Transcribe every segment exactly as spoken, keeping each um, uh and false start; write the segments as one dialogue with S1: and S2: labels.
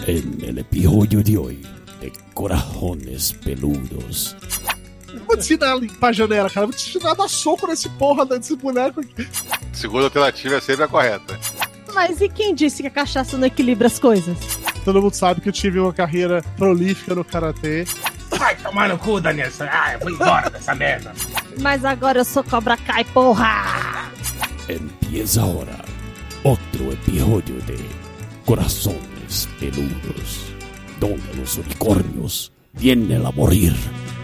S1: En el episodio de hoy, de Corajones Peludos.
S2: Vou te ensinar a limpar a janela, cara. Vou te ensinar a dar soco nesse porra desse boneco aqui.
S3: Segunda alternativa é sempre a correta.
S4: Mas e quem disse que a cachaça não equilibra as coisas?
S2: Todo mundo sabe que eu tive uma carreira prolífica no karatê.
S5: Vai tomar no cu, Daniel. Ah, eu vou embora dessa merda.
S4: Mas agora eu sou Cobra Kai, porra!
S1: Empieza ahora otro episodio de Corazones Peludos, donde los unicornios vienen a morir.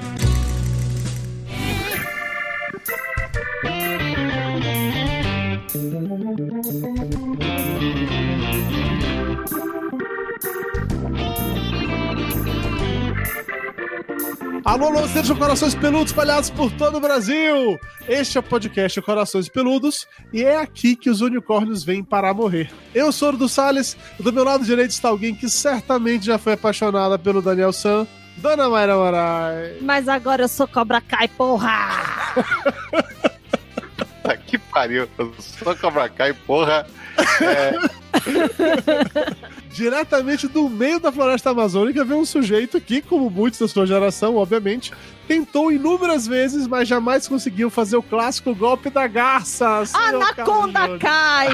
S2: Alô, alô, sejam Corações Peludos espalhados por todo o Brasil! Este é o podcast Corações Peludos e é aqui que os unicórnios vêm para morrer. Eu sou o do Salles, do meu lado direito está alguém que certamente já foi apaixonada pelo Daniel San, Dona Mayra Moraes.
S4: Mas agora eu sou Cobra Kai, porra!
S3: Tá que pariu, eu sou Cobra Kai, porra. É...
S2: Diretamente do meio da floresta amazônica vem um sujeito que, como muitos da sua geração, obviamente, tentou inúmeras vezes, mas jamais conseguiu fazer o clássico golpe da garça.
S4: Anaconda cai!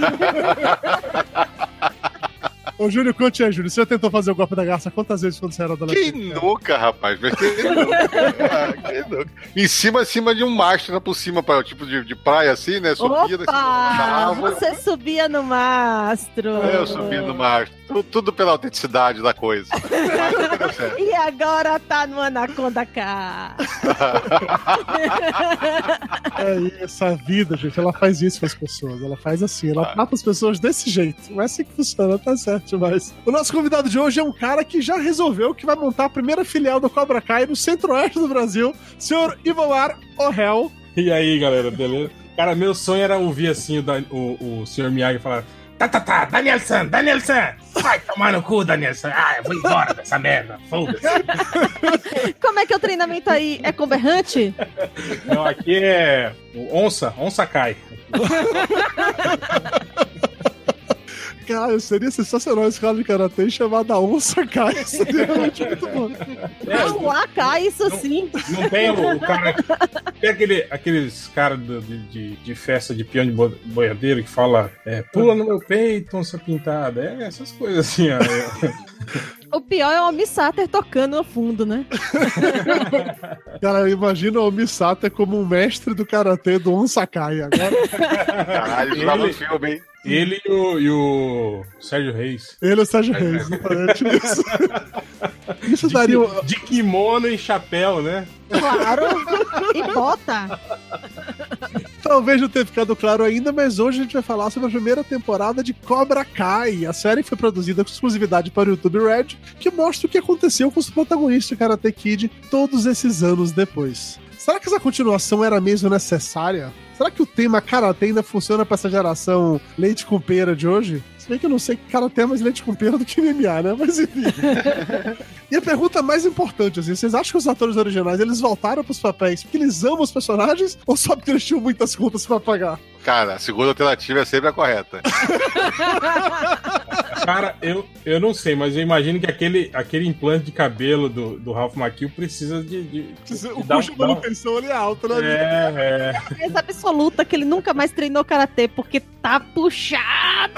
S2: Ô, Júlio, conte aí, Júlio. Você já tentou fazer o golpe da garça quantas vezes quando você era adolescente?
S3: Quem nunca, rapaz? Mas quem nunca? Quem nunca? Em cima, acima de um mastro, né, por cima, pra, tipo de, de praia, assim, né? Subia,
S4: Opa! Você subia no mastro.
S3: É, eu subia no mastro. Tudo, tudo pela autenticidade da coisa.
S4: E agora tá no Anaconda Kai.
S2: É isso, a vida, gente, ela faz isso com as pessoas. Ela faz assim, ela mata as pessoas desse jeito. Não é assim que funciona, tá certo. Mas o nosso convidado de hoje é um cara que já resolveu que vai montar a primeira filial do Cobra Kai no centro-oeste do Brasil, senhor Ivomar Orrell.
S6: E aí, galera, beleza? Cara, meu sonho era ouvir assim o, o, o senhor Miyagi falar: tá, tá, tá, Daniel-san, Daniel-san, vai tomar no cu, Daniel-san. Ah, eu vou embora dessa merda, foda-se.
S4: Como é que é o treinamento aí? É conberrante?
S6: Não, aqui é o onça, onça cai.
S2: Cara, seria sensacional esse cara de karatê chamado Onça Kai. Seria muito, muito bom.
S4: É, o A cai, isso
S6: não,
S4: sim.
S6: Não tem o, o cara. Tem aquele, aqueles caras de, de, de festa de peão de boiadeiro que fala: é, pula no meu peito, onça pintada. É, essas coisas assim, ó.
S4: O pior é o Omisater tocando no fundo, né?
S2: Cara, imagina o Omisater como um mestre do karatê do Onça Kai agora.
S3: Caralho, isso dava um filme, hein?
S6: Ele e o, e o Sérgio Reis.
S2: Ele e o Sérgio Reis, exatamente isso. Isso
S6: de,
S2: daria um...
S6: de kimono e chapéu, né?
S4: Claro! E bota!
S2: Talvez não tenha ficado claro ainda, mas hoje a gente vai falar sobre a primeira temporada de Cobra Kai. A série foi produzida com exclusividade para o YouTube Red, que mostra o que aconteceu com os protagonistas de Karate Kid todos esses anos depois. Será que essa continuação era mesmo necessária? Será que o tema Karate ainda funciona pra essa geração leite com pera de hoje? Se bem que eu não sei que Karate é mais leite com pera do que M M A, né? Mas enfim. E a pergunta mais importante, assim, vocês acham que os atores originais, eles voltaram pros papéis porque eles amam os personagens ou só porque eles tinham muitas contas pra pagar?
S3: Cara, a segunda alternativa é sempre a correta.
S6: Cara, eu, eu não sei, mas eu imagino que aquele, aquele implante de cabelo do, do Ralph Macchio precisa de... de,
S2: precisa,
S6: de
S2: o
S6: dar
S2: custo
S6: um,
S2: de manutenção ali é alto, né?
S6: É, é.
S4: Certeza absoluta que ele nunca mais treinou karatê porque tá puxado!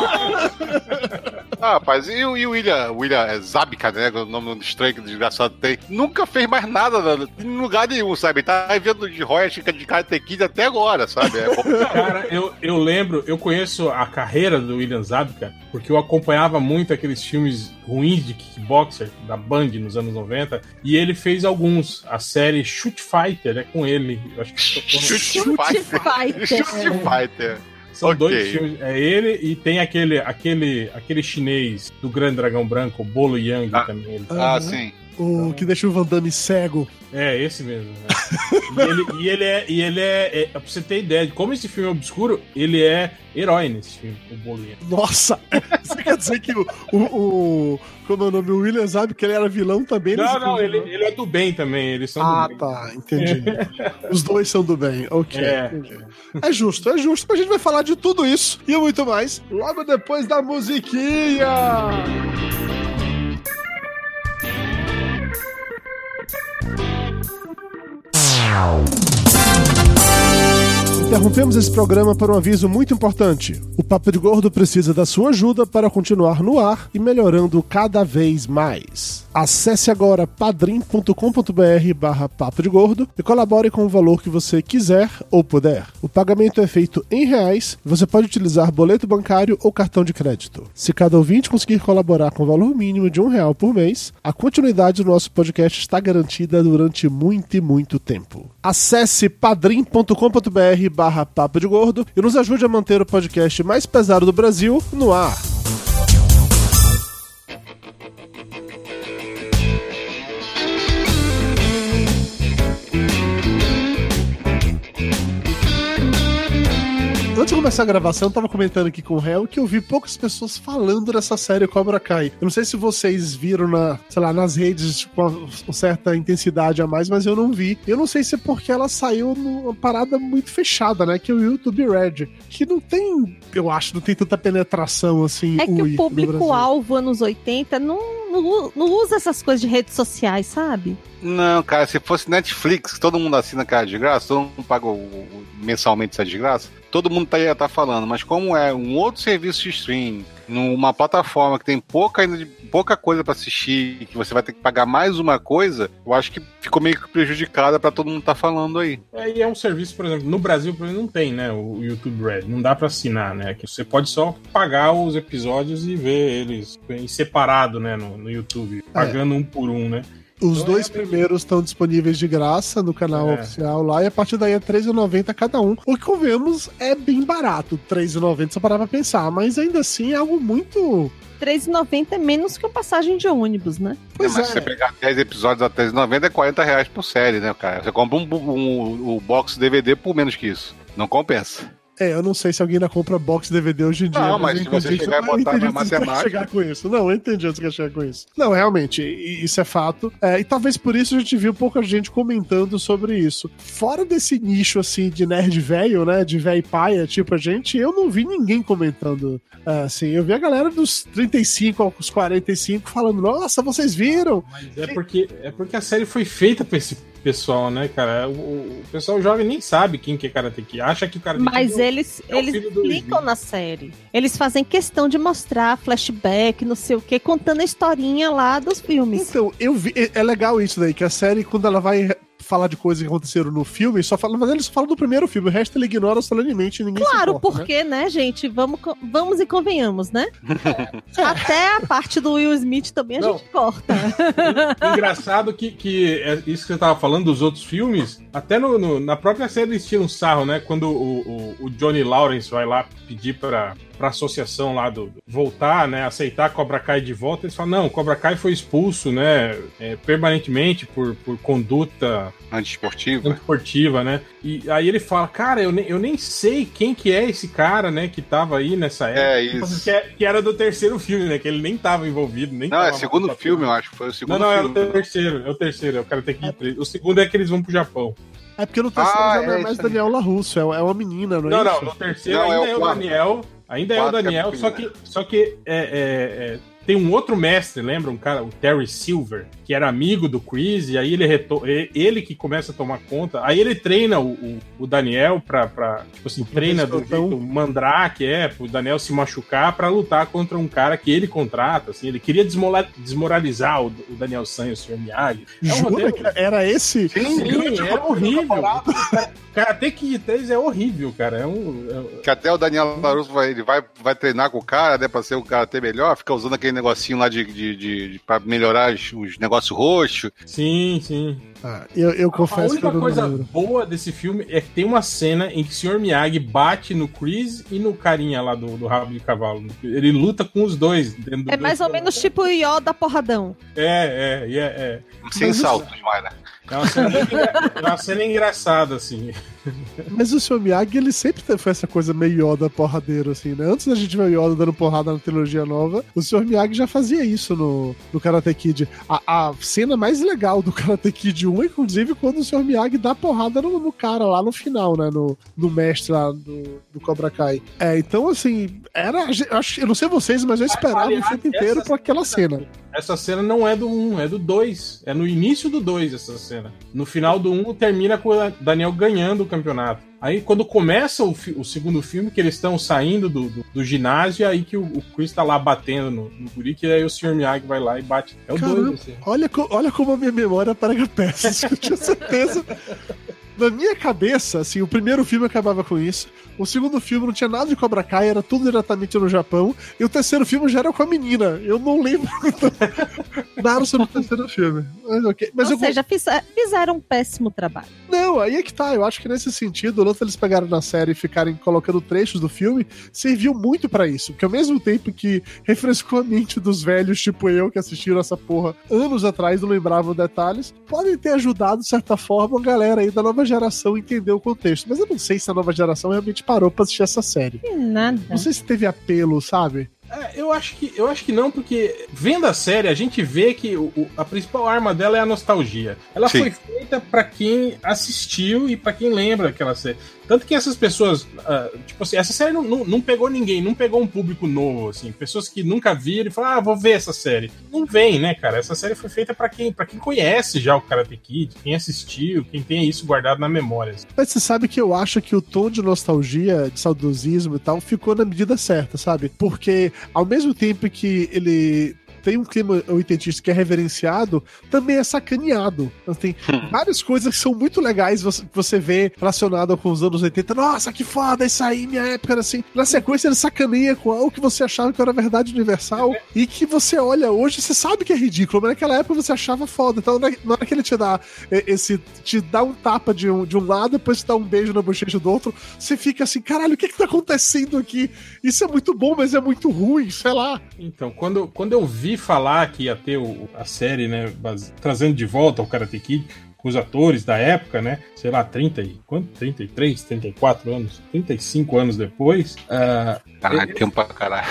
S3: Ah, rapaz, e o, e o William, William Zabka, né? O nome estranho que o desgraçado tem. Nunca fez mais nada em lugar nenhum, sabe? Ele tá vivendo de royalties de Karate Kid até agora, sabe? É
S6: Cara, eu, eu lembro, eu conheço a carreira do William Zabka porque eu acompanhava muito aqueles filmes ruins de kickboxer da Band nos anos noventa e ele fez alguns. A série Shoot Fighter é com ele. Eu acho que
S3: Shoot
S4: Fighter.
S3: Fighter. Shoot Fighter.
S6: São
S3: okay.
S6: dois filmes. É ele e tem aquele, aquele, aquele chinês do Grande Dragão Branco, o Bolo Yang
S3: ah,
S6: também. Ele.
S3: Ah, uhum. sim.
S2: O que deixa o Van Damme cego.
S6: É, esse mesmo. É. E, ele, e ele é. E ele é, é. Pra você ter ideia de como esse filme é obscuro, ele é herói nesse filme, o Bolinha.
S2: Nossa! Você quer dizer que o. o, o como é o nome? O William sabe que ele era vilão também?
S6: Não, não,
S2: filme,
S6: ele,
S2: né?
S6: ele é do bem também. Eles são
S2: ah,
S6: do bem.
S2: tá, entendi. Os dois são do bem, ok.
S6: É.
S2: Entendi. É justo, é justo. Mas a gente vai falar de tudo isso e muito mais logo depois da musiquinha! Interrompemos esse programa para um aviso muito importante. O Papo de Gordo precisa da sua ajuda para continuar no ar e melhorando cada vez mais. Acesse agora padrim.com.br barra Papo de Gordo e colabore com o valor que você quiser ou puder. O pagamento é feito em reais e você pode utilizar boleto bancário ou cartão de crédito. Se cada ouvinte conseguir colaborar com o valor mínimo de um real por mês, a continuidade do nosso podcast está garantida durante muito e muito tempo. Acesse padrim.com.br barra Papo de Gordo e nos ajude a manter o podcast mais pesado do Brasil no ar. Antes de começar a gravação, eu tava comentando aqui com o réu que eu vi poucas pessoas falando dessa série Cobra Kai. Eu não sei se vocês viram na, sei lá, nas redes com uma certa intensidade a mais, mas eu não vi. Eu não sei se é porque ela saiu numa parada muito fechada, né? Que é o YouTube Red. Que não tem, eu acho, não tem tanta penetração assim.
S4: É que
S2: ui,
S4: o público-alvo anos oitenta não, não, não usa essas coisas de redes sociais, sabe?
S3: Não, cara, se fosse Netflix, que todo mundo assina cara de graça, todo mundo paga o, o, mensalmente essa desgraça, todo mundo tá, tá falando, mas como é um outro serviço de streaming, numa plataforma que tem pouca, ainda de, pouca coisa pra assistir e que você vai ter que pagar mais uma coisa, eu acho que ficou meio que prejudicada pra todo mundo tá falando aí.
S6: É, e é um serviço, por exemplo, no Brasil, por exemplo, não tem, né, o YouTube Red, não dá pra assinar, né, que você pode só pagar os episódios e ver eles em separado, né, no, no YouTube, pagando é. um por um, né.
S2: Os
S6: então
S2: dois
S6: é...
S2: primeiros estão disponíveis de graça no canal é. oficial lá, e a partir daí é três reais e noventa centavos cada um. O que convenhamos é bem barato, três reais e noventa centavos se parar pra pensar, mas ainda assim é algo muito...
S4: três reais e noventa centavos é menos que uma passagem de ônibus, né?
S2: Pois
S3: é, mas
S2: é.
S3: se você pegar dez episódios a três reais e noventa centavos é quarenta reais por série, né, cara? Você compra um, um, um, um box D V D por menos que isso. Não compensa.
S2: É, eu não sei se alguém ainda compra box D V D hoje em dia.
S3: Não, mas, mas se você chegar e botar na matemática...
S2: chegar com isso. Não, eu entendi onde você quer chegar com isso. Não, realmente, isso é fato. É, e talvez por isso a gente viu pouca gente comentando sobre isso. Fora desse nicho, assim, de nerd velho, né, de velho paia, tipo a gente, eu não vi ninguém comentando, assim. Eu vi a galera dos trinta e cinco aos quarenta e cinco falando, nossa, vocês viram?
S6: Mas é porque, é porque a série foi feita pra esse pessoal, né, cara? O, o pessoal jovem nem sabe quem que é Karate Kid. Acha que o Karate Kid
S4: Mas
S6: é o,
S4: eles,
S6: é
S4: eles explicam na série. Eles fazem questão de mostrar flashback, não sei o que, contando a historinha lá dos filmes.
S2: Então, eu vi, é legal isso daí, que a série, quando ela vai falar de coisas que aconteceram no filme, só fala, mas eles só falam do primeiro filme, o resto ele ignora solenemente e ninguém
S4: claro,
S2: se importa,
S4: porque, né, né gente, vamos, vamos e convenhamos, né? Até a parte do Will Smith também a
S6: Não.
S4: gente corta.
S6: Engraçado que, que é isso que você tava falando dos outros filmes, até no, no, na própria série eles tiram sarro, né? Quando o, o, o Johnny Lawrence vai lá pedir pra, pra associação lá do, do voltar, né? Aceitar Cobra Kai de volta, eles falam, não, Cobra Kai foi expulso, né? É, permanentemente por, por conduta
S3: antiesportiva.
S6: Antiesportiva, né? E aí ele fala, cara, eu nem, eu nem sei quem que é esse cara, né? Que tava aí nessa época.
S3: É isso.
S6: Que, é, que era do terceiro filme, né? Que ele nem tava envolvido. Nem
S3: não,
S6: tava
S3: é o segundo filme, eu acho. Foi o segundo
S6: não, não,
S3: filme.
S6: Não, não, é o terceiro. É o terceiro. É o cara tem que ir três. O segundo é que eles vão pro Japão.
S2: É porque no terceiro
S3: Ah,
S2: já não é
S3: é
S2: mais
S3: isso
S2: Daniel LaRusso, é, é uma menina, não é
S6: Não,
S2: isso?
S6: não, no terceiro
S3: Não, é
S6: ainda
S3: o
S6: é o
S3: quarto.
S6: Daniel. Ainda é o
S3: Quarto é
S6: Daniel,
S3: a
S6: só que, só que é, é, é, tem um outro mestre, lembra? Um cara, o Terry Silver, que era amigo do Chris, e aí ele, reto... ele que começa a tomar conta. Aí ele treina o, o, o Daniel pra, pra. Tipo assim, treina do jeito mandrake, é, pro Daniel se machucar pra lutar contra um cara que ele contrata, assim. Ele queria desmola... desmoralizar o, o Daniel San, o senhor Miyagi. É um
S2: Jura
S6: roteiro...
S2: que era esse?
S6: Sim, sim, é horrível. Karate Kid três é horrível, cara. É um, é...
S3: Que até o Daniel LaRusso vai, ele vai, vai treinar com o cara, né, pra ser o karatê melhor, fica usando aquele negocinho lá de, de, de, de pra melhorar os, os negócios roxos.
S6: Sim, sim.
S2: Ah, eu, eu confesso
S6: A única
S2: que eu
S6: coisa
S2: não lembro.
S6: boa desse filme é que tem uma cena em que o senhor Miyagi bate no Chris e no carinha lá do, do rabo de cavalo. Ele luta com os dois. Dentro do
S4: É mais ou menos tipo o Yoda porradão.
S6: É, é, é. é.
S3: Sem
S2: Mas
S3: saltos, mais, né?
S6: É uma cena, engra... é uma cena engraçada, assim.
S2: Mas o senhor Miyagi, ele sempre foi essa coisa meio Yoda porradeiro, assim, né? Antes da gente ver o Yoda dando porrada na trilogia nova, o senhor Miyagi já fazia isso no, no Karate Kid. A, a cena mais legal do Karate Kid um, inclusive, quando o senhor Miyagi dá porrada no, no cara lá no final, né? No, no mestre lá do, do Cobra Kai. É, então, assim, era. Eu, acho, eu não sei vocês, mas eu esperava
S6: Aliás,
S2: o filme inteiro
S6: essa
S2: pra aquela
S6: cena-
S2: cena.
S6: Essa cena não é do um, é do dois. É no início do dois essa cena. No final do um termina com o Daniel ganhando o campeonato. Aí quando começa o, fi- o segundo filme, que eles estão saindo do, do, do ginásio, é aí que o, o Chris tá lá batendo no, no guri, que aí o senhor Miyagi vai lá e bate. É o
S2: Caramba,
S6: dois, assim.
S2: olha, co- olha como a minha memória prega peças, eu tinha certeza. Na minha cabeça, assim, o primeiro filme acabava com isso, o segundo filme não tinha nada de Cobra Kai, era tudo diretamente no Japão, e o terceiro filme já era com a menina. Eu não lembro nada sobre o terceiro filme. Mas, okay. Mas
S4: Ou
S2: eu...
S4: seja, fiz- fizeram um péssimo trabalho.
S2: Não, aí é que tá. Eu acho que nesse sentido, o lance eles pegaram na série e ficarem colocando trechos do filme, serviu muito pra isso. Porque ao mesmo tempo que refrescou a mente dos velhos, tipo eu, que assistiram essa porra anos atrás, não lembravam detalhes, podem ter ajudado, de certa forma, a galera aí da nova geração a entender o contexto. Mas eu não sei se a nova geração realmente parou pra assistir essa série.
S4: Que nada.
S2: Não sei se teve apelo, sabe?
S6: É, eu acho que eu acho que não, porque vendo a série, a gente vê que o, o- a principal arma dela é a nostalgia. Ela
S3: Sim.
S6: foi feita pra quem assistiu e pra quem lembra aquela série. Tanto que essas pessoas, ah, tipo assim, essa série não, não, não pegou ninguém, não pegou um público novo, assim, pessoas que nunca viram e falaram, ah, vou ver essa série. Não vem, né, cara? Essa série foi feita pra quem, pra quem conhece já o Karate Kid, quem assistiu, quem tem isso guardado na memória. assim.
S2: Mas você sabe que eu acho que o tom de nostalgia, de saudosismo e tal, ficou na medida certa, sabe? Porque ao mesmo tempo que ele tem um clima oitentista que é reverenciado, também é sacaneado. Então, tem várias coisas que são muito legais você, que você vê relacionado com os anos oitenta. Nossa, que foda, isso aí, minha época era assim. Na sequência, ele sacaneia com algo que você achava que era verdade universal e que você olha hoje, você sabe que é ridículo, mas naquela época você achava foda. Então, na na hora que ele te dá eh, esse, te dá um tapa de um, de um lado, depois te dá um beijo na bochecha do outro, você fica assim, caralho, o que que tá acontecendo aqui? Isso é muito bom, mas é muito ruim, sei lá.
S6: Então, quando, quando eu vi falar que ia ter o- a série, né, base- trazendo de volta o Karate Kid, com os atores da época, né, sei lá, trinta e, quanto? trinta e três, trinta e quatro anos, trinta e cinco anos depois, ah,
S3: Caralho, tempo pra caralho.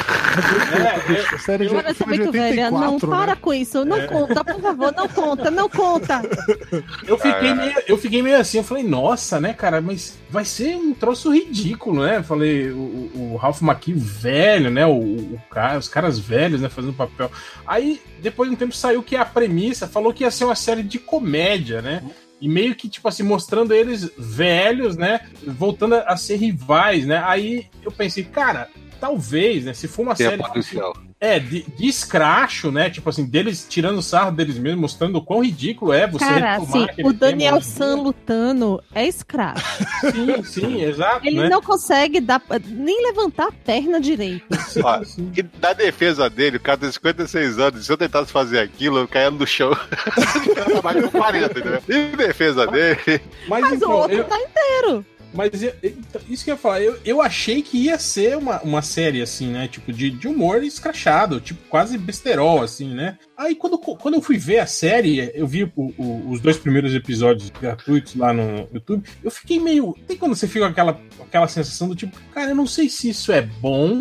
S6: é,
S2: A série já
S4: Agora eu sou
S2: foi de
S4: muito velha. Não,
S2: oitenta e quatro,
S4: para
S2: né?
S4: com isso. Não
S6: É.
S4: conta, por favor, não conta, não conta.
S6: eu, fiquei meio, eu fiquei meio assim, eu falei, nossa, né, cara, mas vai ser um troço ridículo, né, eu falei, o, o- o Ralph Macchio velho, né, o, o cara, os caras velhos, né, fazendo papel. Aí, depois de um tempo, saiu que a premissa falou que ia ser uma série de comédia, né, e meio que, tipo assim, mostrando eles velhos, né, voltando a ser rivais, né, aí eu pensei, cara, talvez, né, se for uma
S3: Tem
S6: série...
S3: potencial.
S6: É, de, de escracho, né? Tipo assim, deles tirando sarro deles mesmos, mostrando o quão ridículo é você
S4: Cara,
S6: retomar
S4: assim,
S6: aquele
S4: o Daniel
S6: tema.
S4: San lutando é escravo.
S6: Sim, sim, exato.
S4: Ele
S6: né?
S4: não consegue dar, nem levantar a perna direito.
S3: Ó, e da defesa dele, o cara tem cinquenta e seis anos, se eu tentasse fazer aquilo, eu caia no chão. Eu mais com quarenta, entendeu? E em defesa dele,
S6: Mas,
S4: Mas o
S6: então,
S4: outro
S6: eu,
S4: tá inteiro.
S6: mas eu- eu- isso que eu ia falar, eu, eu achei que ia ser uma, uma série assim, né? Tipo, de, de humor escrachado, tipo, quase besterol, assim, né? Aí quando, quando eu fui ver a série, eu vi o- o- os dois primeiros episódios gratuitos lá no YouTube, eu fiquei meio. Tem quando você fica com aquela, aquela sensação do tipo, cara, eu não sei se isso é bom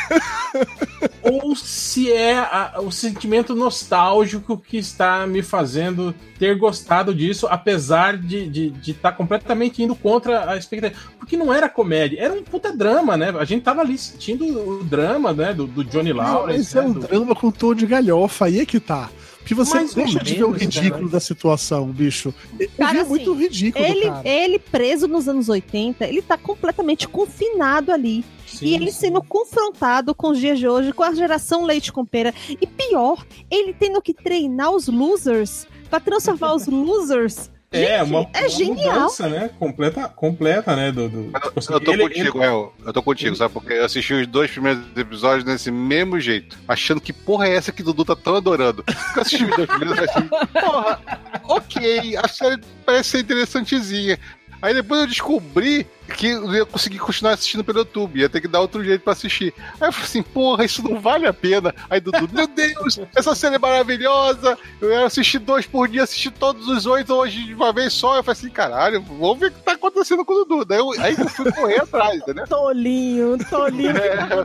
S6: ou se é a- o sentimento nostálgico que está me fazendo ter gostado disso, apesar de estar de, de tá completamente indo contra a expectativa. Porque não era comédia, era um puta drama, né? A gente tava ali sentindo o drama, né? Do, do Johnny Lawrence.
S2: Mas é
S6: né?
S2: um
S6: Do-
S2: drama com tom de galhofa, aí é que tá. Porque você
S6: Mais
S2: deixa
S6: ou
S2: de ver o
S6: menos,
S2: ridículo
S6: cara.
S2: da situação, bicho. Eu
S4: Cara,
S2: vi
S4: assim,
S2: muito ridículo,
S4: Ele,
S2: cara.
S4: ele preso nos anos oitenta, ele tá completamente confinado ali.
S6: Sim,
S4: e ele
S6: sim.
S4: sendo confrontado com os dias de hoje, com a geração leite com pera. E pior, ele tendo que treinar os losers pra transformar os losers.
S6: É,
S4: Gente,
S6: uma,
S4: é
S6: uma
S4: genial.
S6: mudança, né? Completa, completa, né? Do, do, tipo assim,
S3: eu tô
S6: ele-
S3: contigo, El. Eu tô contigo, sabe? Porque eu assisti os dois primeiros episódios desse mesmo jeito, achando que porra é essa que o Dudu tá tão adorando. Eu assisti os dois primeiros e falei assim, porra, ok, a série parece ser interessantezinha. Aí depois eu descobri que eu ia conseguir continuar assistindo pelo YouTube, ia ter que dar outro jeito pra assistir. Aí eu falei assim, porra, isso não vale a pena. Aí Dudu, meu Deus, essa série é maravilhosa, eu ia assistir dois por dia, assistir todos os oito hoje de uma vez só. Eu falei assim, caralho, vamos ver o que tá acontecendo com o Dudu. Daí eu, aí eu fui correr atrás, entendeu?
S4: Tolinho, tolinho.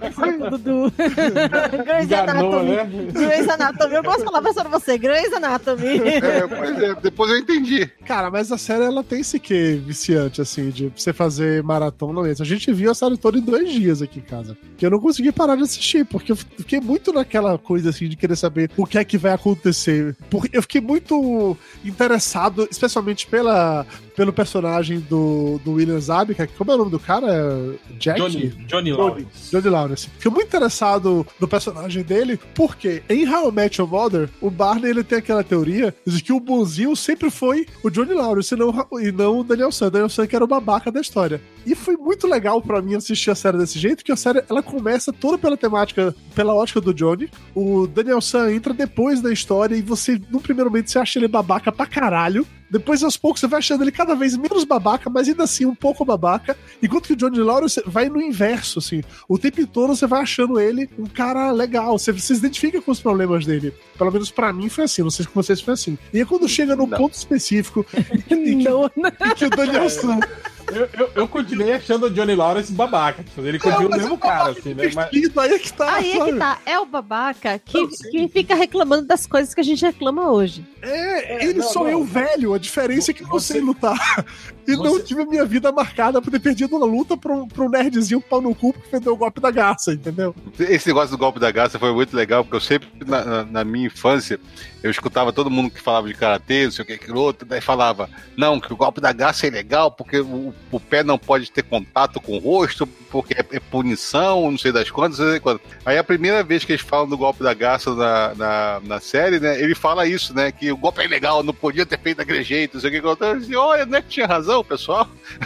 S4: É. Dudu. Grey's
S6: Enganou,
S4: Anatomy.
S6: né?
S4: Grey's Anatomy. Eu gosto de falar sobre você. Grey's Anatomy.
S3: É, pois é, depois eu entendi.
S2: Cara, mas a série, ela tem esse quê viciante, assim, de você fazer maratona mesmo. A gente viu a série toda em dois dias aqui em casa. Que eu não consegui parar de assistir, porque eu fiquei muito naquela coisa, assim, de querer saber o que é que vai acontecer. Porque eu fiquei muito interessado, especialmente pela, pelo personagem do, do William Zabka. Como é o nome do cara? Jack?
S6: Johnny, Johnny Lawrence.
S2: Johnny Lawrence. Fiquei muito interessado no personagem dele, porque em How I Met Your Mother, o Barney, ele tem aquela teoria de que o bonzinho sempre foi o Johnny Lawrence e não, e não o Daniel San. O Daniel San que era o babaca da história. E foi muito legal pra mim assistir a série desse jeito, que a série, ela começa toda pela temática, pela ótica do Johnny. O Daniel San entra depois da história e você, no primeiro momento, você acha ele babaca pra caralho. Depois, aos poucos, você vai achando ele cada vez menos babaca, mas ainda assim um pouco babaca. Enquanto que o Johnny Lawrence vai no inverso, assim. O tempo todo você vai achando ele um cara legal. Você, você se identifica com os problemas dele. Pelo menos pra mim foi assim, não sei se com vocês foi assim. E aí quando chega no
S3: não.
S2: ponto específico e que, e que, e que o Daniel San...
S6: Eu, eu, eu continuei achando o Johnny Lawrence babaca. Ele continua o mesmo cara, assim, né? Mas...
S2: Aí é que tá.
S4: Aí é que tá. É o babaca que, que fica reclamando das coisas que a gente reclama hoje.
S2: É,
S6: É,
S2: ele
S6: não,
S2: sou
S6: não.
S2: eu velho. A diferença é que não
S6: Você-
S2: sei lutar. E não
S6: você-
S2: tive a minha vida marcada por ter perdido uma luta pra um, pra um nerdzinho pau no cu que deu o golpe da garça, entendeu?
S3: Esse negócio do golpe da garça foi muito legal, porque eu sempre, na, na- na minha infância, eu escutava todo mundo que falava de karatê, não sei o que, aquilo outro, daí falava, não, que o golpe da garça é legal, porque o, o pé não pode ter contato com o rosto, porque é, é punição, não sei das quantas, não sei das quantas. Aí a primeira vez que eles falam do golpe da garça na, na, na série, né, ele fala isso, né, que o golpe é legal, não podia ter feito daquele jeito, não sei o que, eu disse, olha, não é que tinha razão, pessoal?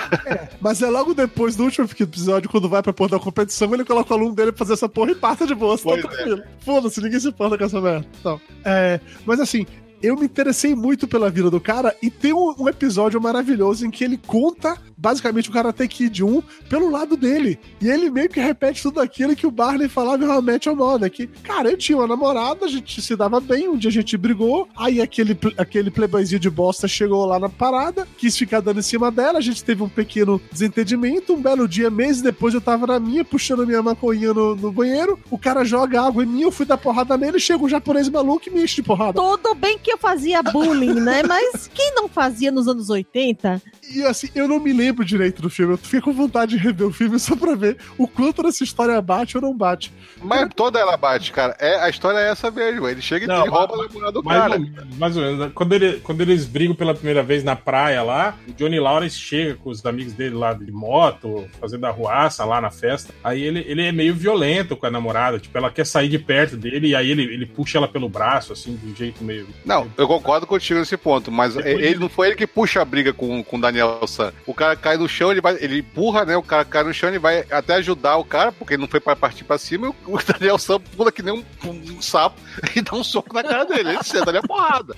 S2: Mas é logo depois do último episódio, quando vai pra porra da competição, ele coloca o aluno dele pra fazer essa porra e passa de boa, tá
S3: Pois é.
S2: tranquilo. Foda-se, ninguém se importa com essa merda. Então, é, mas assim, eu me interessei muito pela vida do cara e tem um, um episódio maravilhoso em que ele conta basicamente o Karate Kid um pelo lado dele. E ele meio que repete tudo aquilo que o Barney falava em How I Met Your Mother, que, cara, eu tinha uma namorada, a gente se dava bem, um dia a gente brigou, aí aquele, aquele playboyzinho de bosta chegou lá na parada, quis ficar dando em cima dela, a gente teve um pequeno desentendimento, um belo dia, meses depois eu tava na minha, puxando minha maconha no, no banheiro, o cara joga água em mim, eu fui dar porrada nele, chega um japonês maluco e me enche de porrada.
S4: Tudo bem que eu fazia bullying, né? Mas quem não fazia nos anos oitenta?
S2: E assim, eu não me lembro direito do filme. Eu fiquei com vontade de rever o filme só pra ver o quanto essa história bate ou não bate.
S3: Mas toda ela bate, cara. É, a história é essa mesmo. Ele chega e
S6: Não,
S3: ele rouba
S6: mas-
S3: a namorada do
S6: Mais
S3: cara.
S6: ou, menos, mais ou menos. Quando, ele, quando eles brigam pela primeira vez na praia lá, o Johnny Lawrence chega com os amigos dele lá de moto, fazendo arruaça lá na festa. Aí ele, ele é meio violento com a namorada. Tipo, ela quer sair de perto dele e aí ele, ele puxa ela pelo braço, assim, de um jeito meio...
S3: Não, eu concordo contigo nesse ponto, mas
S6: Depois
S3: ele
S6: de-
S3: não foi ele que puxa a briga com, com o Daniel San. O cara cai no chão, ele vai, ele empurra, né? O cara cai no chão, ele vai até ajudar o cara, porque ele não foi pra partir pra cima, e o, o Daniel San pula que nem um, um sapo e dá um soco na cara dele. Ele senta ali a porrada.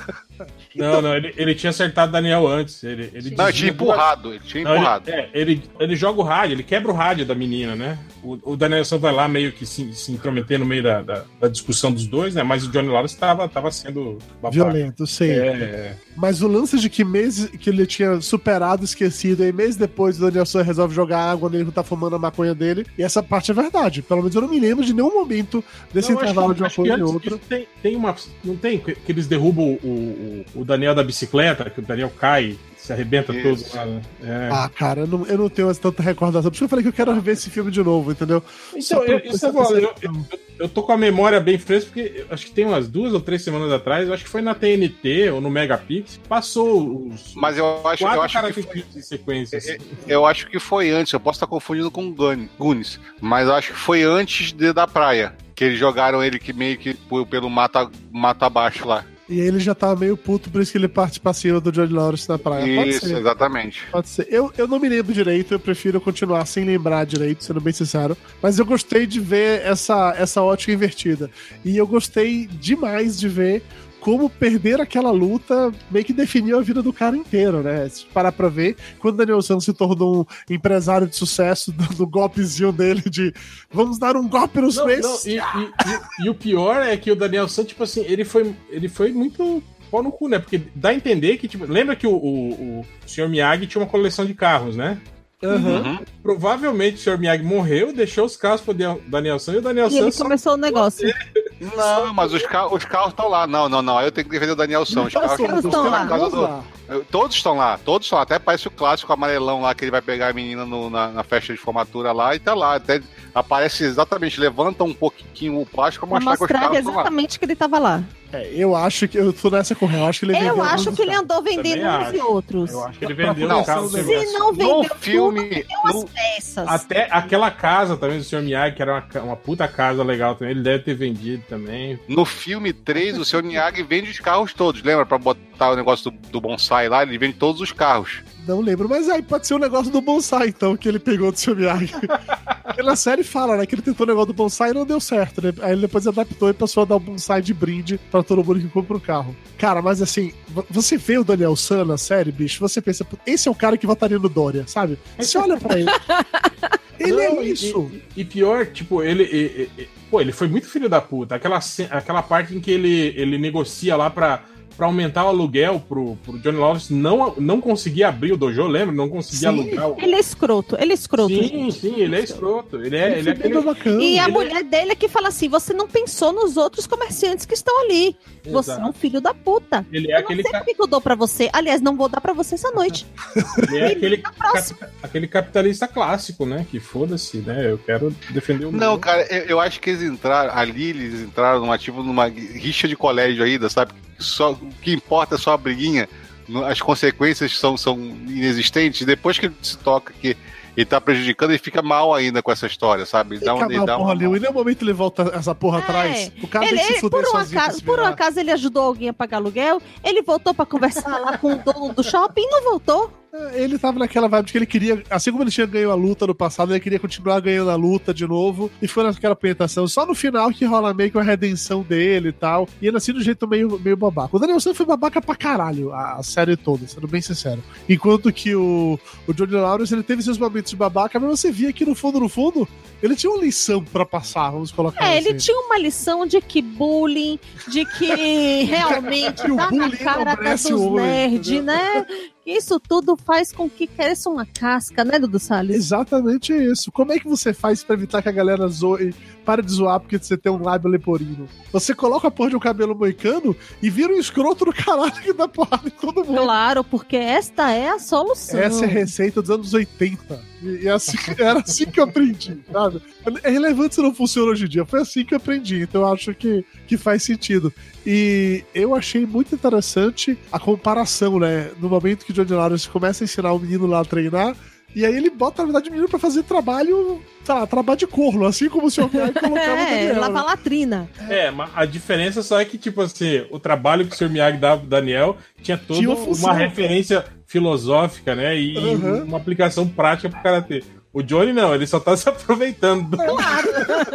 S6: Não, não, ele, ele tinha acertado o Daniel antes. Ele, ele
S3: Não, ele tinha
S6: desvia duas-
S3: empurrado, ele tinha
S6: Não, ele,
S3: empurrado.
S6: é, ele, ele joga o rádio, ele quebra o rádio da menina, né? O, o Daniel San vai lá meio que se, se intrometer no meio da, da, da discussão dos dois, né? Mas o Johnny Lawrence tava, tava sendo babaca.
S2: Violento, sei.
S6: É,
S2: Mas o lance de que meses que ele tinha superado, esquecido, e meses depois o Daniel San resolve jogar água nele que tá fumando a maconha dele. E essa parte é verdade. Pelo menos eu não me lembro de nenhum momento desse
S6: Não, acho
S2: intervalo
S6: que-
S2: de uma
S6: acho que
S2: coisa e
S6: antes
S2: outra.
S6: disso Tem, tem uma. Não tem que que eles derrubam o, o, o Daniel da bicicleta, que o Daniel cai, se arrebenta
S3: Isso.
S6: todo lá, né? É.
S2: Ah, cara, eu não, eu não tenho tanta recordação. Por isso que eu falei que eu quero rever esse filme de novo, entendeu?
S6: Então,
S2: Só pra
S6: eu, isso
S2: prestar
S6: eu, falo, eu,
S2: atenção.
S6: eu, eu tô com a memória bem fresca, porque eu acho que tem umas duas ou três semanas atrás, eu acho que foi na T N T ou no Megapix, passou os
S3: Mas eu acho,
S6: quatro
S3: eu acho que
S6: Karate
S3: foi,
S6: Kids em sequência. assim.
S3: eu acho que foi antes. Eu posso estar confundindo com o Gun- Goonies, mas eu acho que foi antes de, da praia. Que eles jogaram ele que meio que por- pelo mata, mata abaixo lá.
S2: E aí ele já tava meio puto, por isso que ele parte pra cima do Johnny Lawrence na praia. Pode
S3: Isso,
S2: ser.
S3: exatamente.
S2: Pode ser. Eu, eu não me lembro direito, eu prefiro continuar sem lembrar direito, sendo bem sincero. Mas eu gostei de ver essa, essa ótica invertida. E eu gostei demais de ver como perder aquela luta meio que definiu a vida do cara inteiro, né? Se parar pra ver, quando o Daniel San se tornou um empresário de sucesso do, do golpezinho dele de vamos dar um golpe nos preços.
S6: E, e, e, e o pior é que o Daniel San, tipo assim, ele foi, ele foi muito pau no cu, né? Porque dá a entender que, tipo, lembra que o, o, o senhor Miyagi tinha uma coleção de carros, né?
S2: Uhum.
S6: Provavelmente o senhor Miyagi morreu, deixou os carros pro Daniel San e o Daniel
S4: E
S6: San
S4: ele começou o negócio.
S3: Não, mas os, car os carros estão lá. Não, não, não. Aí eu tenho que defender o Daniel San. Os carros
S4: Os carros estão lá.
S3: Do... Todos estão lá, todos estão lá. Até parece o clássico amarelão lá que ele vai pegar a menina no, na, na festa de formatura lá e tá lá. Até aparece exatamente, levanta um pouquinho o plástico pra mostrar,
S4: pra mostrar
S3: que os carros
S4: exatamente
S3: estão
S4: que ele tava lá.
S2: É, eu acho que eu tô nessa corrente. Eu acho que ele
S4: Eu acho que ele andou vendendo uns e outros.
S6: Eu acho que ele vendeu
S3: não,
S6: os carros.
S4: Se não vendeu
S3: no filme,
S4: tudo, vendeu as
S3: no...
S4: peças.
S6: Até aquela casa também do senhor Miyagi, que era uma, uma puta casa legal também, ele deve ter vendido também.
S3: No filme três, o senhor Miyagi vende os carros todos, lembra? Pra botar o negócio do, do bonsai lá, ele vende todos os carros.
S2: Não lembro, mas aí pode ser o um negócio do bonsai, então, que ele pegou do seu Miyagi. Porque na série fala, né, que ele tentou o negócio do bonsai e não deu certo, né? Aí ele depois adaptou e passou a dar um bonsai de brinde pra todo mundo que compra o carro. Cara, mas assim, você vê o Daniel San na série, bicho, você pensa, esse é o cara que votaria no Dória, sabe? Você olha pra ele. Ele não, é isso.
S6: E, e pior, tipo, ele, ele, ele. Pô, ele foi muito filho da puta. Aquela, aquela parte em que ele, ele negocia lá pra. Pra aumentar o aluguel pro, pro Johnny Lawrence não, não conseguir abrir o dojo, lembra? Não conseguia alugar o...
S4: Ele é escroto, ele é escroto.
S6: Sim,
S4: gente.
S6: sim, ele é escroto. Ele é,
S2: ele
S6: ele é aquele...
S2: bacana.
S4: E a
S6: ele
S4: mulher
S6: é...
S4: dele é que fala assim: você não pensou nos outros comerciantes que estão ali.
S6: Exato.
S4: Você é um filho da puta.
S6: Ele é
S4: eu
S6: aquele
S4: não sei
S6: ca...
S4: por que eu dou pra você. Aliás, não vou dar pra você essa noite.
S6: Ele é aquele, cap... aquele capitalista clássico, né? Que foda-se, né? Eu quero defender o
S3: Não,
S6: mundo.
S3: cara, eu, eu acho que eles entraram ali, eles entraram numa, tipo, numa rixa de colégio ainda, sabe? Só, o que importa é só a briguinha, as consequências são, são inexistentes. Depois que ele se toca que ele tá prejudicando, ele fica mal ainda com essa história, sabe? Dá um,
S2: ele dá porra, uma... Em nenhum momento ele volta essa porra
S4: é.
S2: atrás. O cara
S4: ele,
S2: tem que se fuder
S4: por um
S2: sozinho.
S4: acaso, por um acaso ele ajudou alguém a pagar aluguel, ele voltou pra conversar lá com o dono do shopping e não voltou.
S2: Ele tava naquela vibe de que ele queria, assim como ele tinha ganho a luta no passado, ele queria continuar ganhando a luta de novo, e foi naquela apresentação, só no final que rola meio que a redenção dele e tal, e ainda assim do jeito meio, meio babaca. O Daniel San foi babaca pra caralho, a, a série toda, sendo bem sincero. Enquanto que o, o Johnny Lawrence, ele teve seus momentos de babaca, mas você via que no fundo, no fundo, ele tinha uma lição pra passar, vamos colocar
S4: É,
S2: assim.
S4: ele tinha uma lição de que bullying, de que realmente
S2: que o
S4: tá na
S2: bullying
S4: cara dos nerds, né? Isso tudo faz com que cresça uma casca, né, Dudu Salles?
S2: Exatamente isso. Como é que você faz pra evitar que a galera zoe, para de zoar porque você tem um lábio leporino? Você coloca a porra de um cabelo moicano e vira um escroto do caralho que dá porrada em todo mundo.
S4: Claro, porque esta é a solução.
S2: Essa é a receita dos anos oitenta. E, e assim, era assim que eu aprendi, sabe? É relevante se não funciona hoje em dia. Foi assim que eu aprendi, então eu acho que, que faz sentido. E eu achei muito interessante a comparação, né? No momento que o Johnny Lawrence começa a ensinar o menino lá a treinar, e aí ele bota, na verdade, o menino pra fazer trabalho, tá, trabalho de corno, assim como o senhor Miyagi colocava
S4: é,
S2: o Daniel,
S4: lavar
S2: né?
S4: latrina.
S6: É, mas a diferença só é que, tipo assim, o trabalho que o senhor Miyagi dava pro Daniel tinha toda
S2: Tinha
S6: uma,
S2: função.
S6: referência filosófica, né? E
S2: Uhum.
S6: uma aplicação prática pro karatê. O Johnny não, ele só tá se aproveitando. Do...
S4: Claro.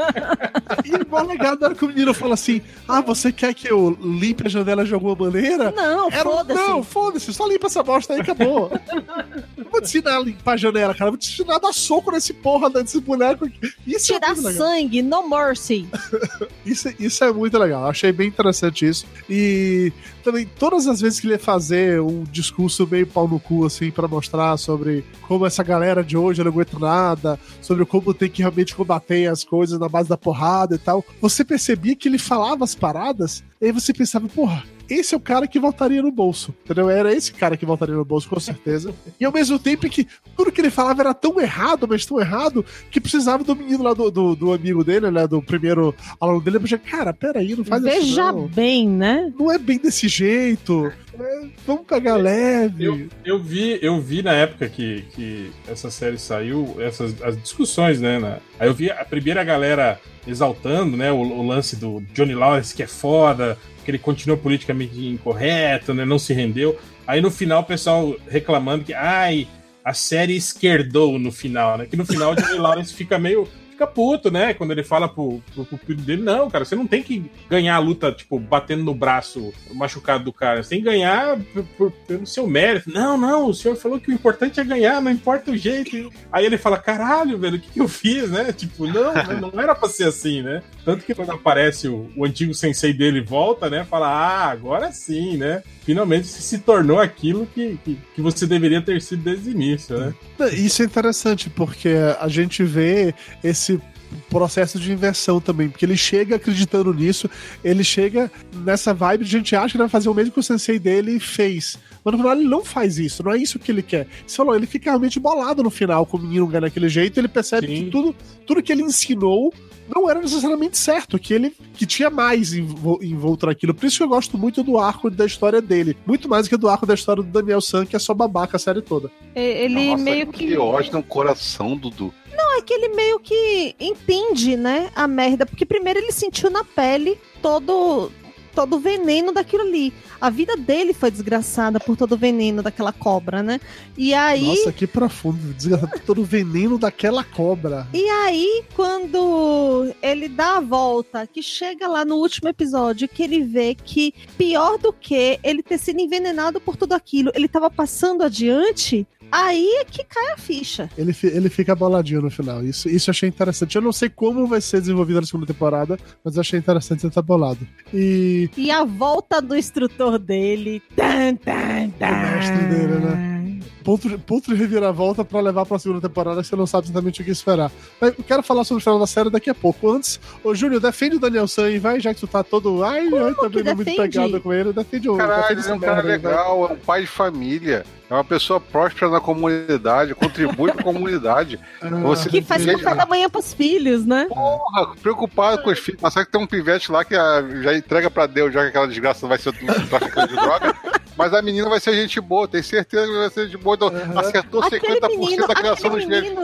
S2: E é mó legal na hora que o menino fala assim: ah, você quer que eu limpe a janela de alguma maneira?
S4: Não,
S2: Era um-
S4: foda-se.
S2: Não, foda-se, só limpa essa bosta aí e acabou. Não vou te ensinar a limpar a janela, cara. Eu vou te ensinar a dar soco nesse porra desse boneco aqui. Isso
S4: Tirar
S2: é muito legal.
S4: sangue, no mercy.
S2: Isso, isso é muito legal. Achei bem interessante isso. E também, todas as vezes que ele ia fazer um discurso meio pau no cu, assim, pra mostrar sobre como essa galera de hoje não aguenta nada, sobre como tem que realmente combater as coisas na base da porrada e tal, você percebia que ele falava as paradas, e aí você pensava, porra, esse é o cara que voltaria no bolso, entendeu? Era esse cara que voltaria no bolso, com certeza. E ao mesmo tempo que tudo que ele falava era tão errado, mas tão errado, que precisava do menino lá, do, do, do amigo dele, né, do primeiro aluno dele, pra cara, peraí, não faz isso
S4: Veja
S2: não.
S4: bem, né?
S2: Não é bem desse jeito. É, vamos pegar leve.
S6: Eu, eu, vi, eu vi na época que, que essa série saiu, essas as discussões, né? Na, aí eu vi a primeira galera exaltando, né? O, o lance do Johnny Lawrence, que é foda, que ele continua politicamente incorreto, né? Não se rendeu. Aí no final o pessoal reclamando que, ai, a série esquerdou no final, né? Que no final o Johnny Lawrence fica meio... Fica fica puto, né? Quando ele fala pro, pro, pro filho dele, não, cara, você não tem que ganhar a luta, tipo, batendo no braço machucado do cara. Você tem que ganhar por, por, pelo seu mérito. Não, não, o senhor falou que o importante é ganhar, não importa o jeito. Aí ele fala, caralho, velho, o que, que eu fiz, né? Tipo, não, não era pra ser assim, né? Tanto que quando aparece o, o antigo sensei dele volta, né? Fala, ah, agora sim, né? Finalmente se tornou aquilo que, que, que você deveria ter sido desde o início, né?
S2: Isso é interessante, porque a gente vê esse processo de inversão também, porque ele chega acreditando nisso, ele chega nessa vibe, a gente acha que vai fazer o mesmo que o sensei dele fez. Mas no final ele não faz isso, não é isso que ele quer. Você falou, ele fica realmente bolado no final com o menino ganhar daquele jeito, ele percebe Sim. que tudo, tudo que ele ensinou não era necessariamente certo, que ele que tinha mais envolto naquilo. Por isso que eu gosto muito do arco da história dele. Muito mais do que do arco da história do Daniel San, que é só babaca a série toda.
S4: Ele
S3: Nossa,
S4: meio que...
S3: que ódio no coração, Dudu.
S4: Não, é que ele meio que entende, né, a merda. Porque primeiro ele sentiu na pele todo... todo o veneno daquilo ali. A vida dele foi desgraçada por todo o veneno daquela cobra, né? E aí...
S2: Nossa, que profundo. Desgraçado por todo o veneno daquela cobra.
S4: E aí, quando ele dá a volta, que chega lá no último episódio, que ele vê que pior do que ele ter sido envenenado por tudo aquilo, ele tava passando adiante... Aí é que cai a ficha.
S2: Ele, ele fica boladinho no final. Isso, isso eu achei interessante. Eu não sei como vai ser desenvolvido na segunda temporada, mas eu achei interessante ele estar bolado. E...
S4: E a volta do instrutor dele. Tan, tan, tan.
S2: O mestre dele, né? Ponto, ponto de reviravolta pra levar pra segunda temporada, que você não sabe exatamente o que esperar. Mas eu quero falar sobre o final da série daqui a pouco. Antes, ô Júnior, defende o Daniel San e vai, já que tu tá todo. Ai, ai, também não muito pegado com ele. Defende o.
S3: Caralho,
S2: defende
S3: ele é um cara legal, é um pai de família. É uma pessoa próspera na comunidade, contribui com a comunidade.
S4: Você que faz café da manhã pros filhos, né?
S3: Porra, preocupado com os filhos. Mas sabe que tem um pivete lá que a, já entrega pra Deus, já que aquela desgraça vai ser um traficante de droga. Mas a menina vai ser gente boa, tenho certeza que vai ser gente boa. Então, uhum. Acertou aquele cinquenta por cento menino, da criação dos filhos.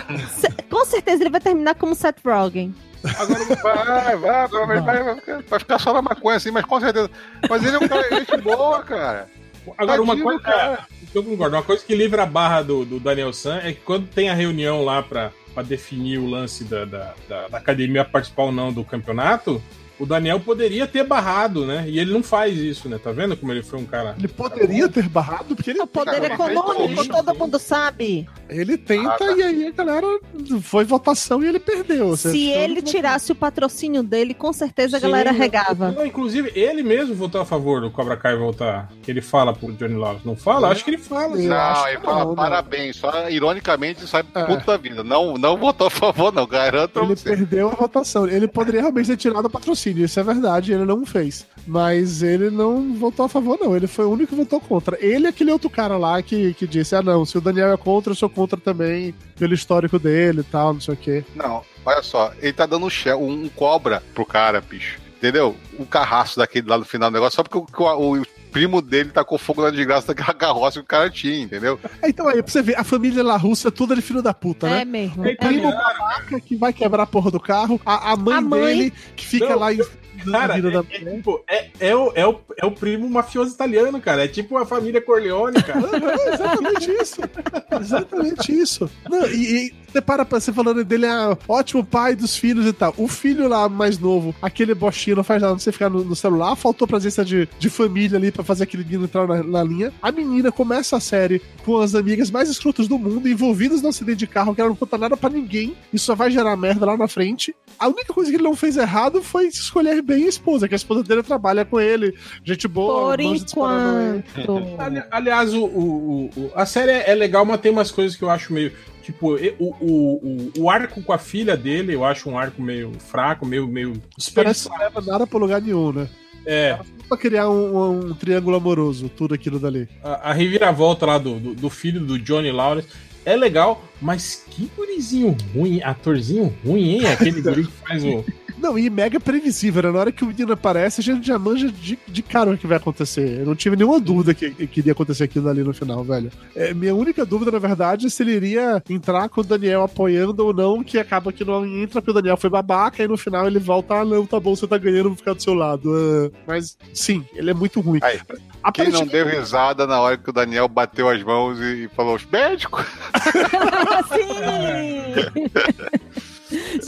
S4: Com certeza ele vai terminar como Seth Rogen.
S3: Agora vai, vai, vai, vai, vai, vai ficar só na maconha assim, mas com certeza. Mas ele é um cara gente boa, cara.
S6: Agora, Tadinho, uma coisa, cara. Eu concordo, uma coisa que livra a barra do, do Daniel San é que quando tem a reunião lá pra, pra definir o lance da, da, da, da academia participar ou não do campeonato, o Daniel poderia ter barrado, né? E ele não faz isso, né? Tá vendo como ele foi um cara...
S2: Ele poderia ter barrado, porque ele...
S4: O poder cara, econômico, todo sim. mundo sabe.
S2: Ele tenta ah, tá. e aí a galera foi votação e ele perdeu.
S4: Se ele tirasse o patrocínio dele, com certeza a sim, galera regava.
S6: Não, inclusive, ele mesmo votou a favor do Cobra Kai voltar. Ele fala pro Johnny Lawrence. Não fala? É. Acho que ele fala.
S3: Não,
S6: acho
S3: ele fala não, parabéns. Não. Só ironicamente sai é. puto da vida. Não, não votou a favor, não. Garanto
S2: Ele
S3: você.
S2: perdeu a votação. Ele poderia realmente ter tirado o patrocínio. Isso é verdade. Ele não fez. Mas ele não votou a favor, não. Ele foi o único que votou contra. Ele é aquele outro cara lá que, que disse, ah, não, se o Daniel é contra, eu sou contra também, pelo histórico dele e tal, não sei o quê.
S3: Não, olha só, ele tá dando um, um cobra pro cara, bicho. Entendeu? Um carrasco daquele lá no final do negócio, só porque o, o, o primo dele tá com fogo na desgraça daquela carroça que o cara tinha, entendeu?
S2: Então aí, pra você ver, a família La Russa é toda de filho da puta, né?
S4: É mesmo.
S2: O primo
S4: é
S2: babaca que vai quebrar a porra do carro, a, a, mãe, a mãe dele que fica não, lá em...
S6: Cara, é, da... é, tipo, é, é, o, é, o, é o primo mafioso italiano, cara. É tipo uma família Corleone, cara.
S2: É exatamente isso. Exatamente isso. Não, e, e você para pra você falando dele, é ótimo pai dos filhos e tal. O filho lá mais novo, aquele bostinho, não faz nada, não sei ficar no, no celular, faltou presença de, de família ali pra fazer aquele menino entrar na, na linha. A menina começa a série com as amigas mais escrotas do mundo, envolvidas no acidente de carro, que ela não conta nada pra ninguém. Isso só vai gerar merda lá na frente. A única coisa que ele não fez errado foi escolher bem a esposa, que a esposa dele trabalha com ele, gente boa.
S4: Por enquanto.
S6: Ali, aliás, o, o, o, a série é legal, mas tem umas coisas que eu acho meio... Tipo, o, o, o, o arco com a filha dele, eu acho um arco meio fraco, meio... meio
S2: Parece que não leva nada pra lugar nenhum, né?
S6: É.
S2: Pra criar um, um triângulo amoroso, tudo aquilo dali.
S6: A, a reviravolta lá do, do, do filho do Johnny Lawrence é legal, mas que gurizinho ruim, atorzinho ruim, hein? Aquele guri que faz o...
S2: Não, e mega previsível, né? Na hora que o menino aparece, a gente já manja de, de cara o que vai acontecer. Eu não tive nenhuma dúvida que, que iria acontecer aquilo ali no final, velho. É, minha única dúvida, na verdade, é se ele iria entrar com o Daniel apoiando ou não, que acaba que não entra, porque o Daniel foi babaca, e no final ele volta, ah, não, tá bom, você tá ganhando, vou ficar do seu lado. Uh, mas, sim, ele é muito ruim.
S3: Aí, quem não deu risada na hora que o Daniel bateu as mãos e, e falou, os médicos?
S4: Sim! Dudu,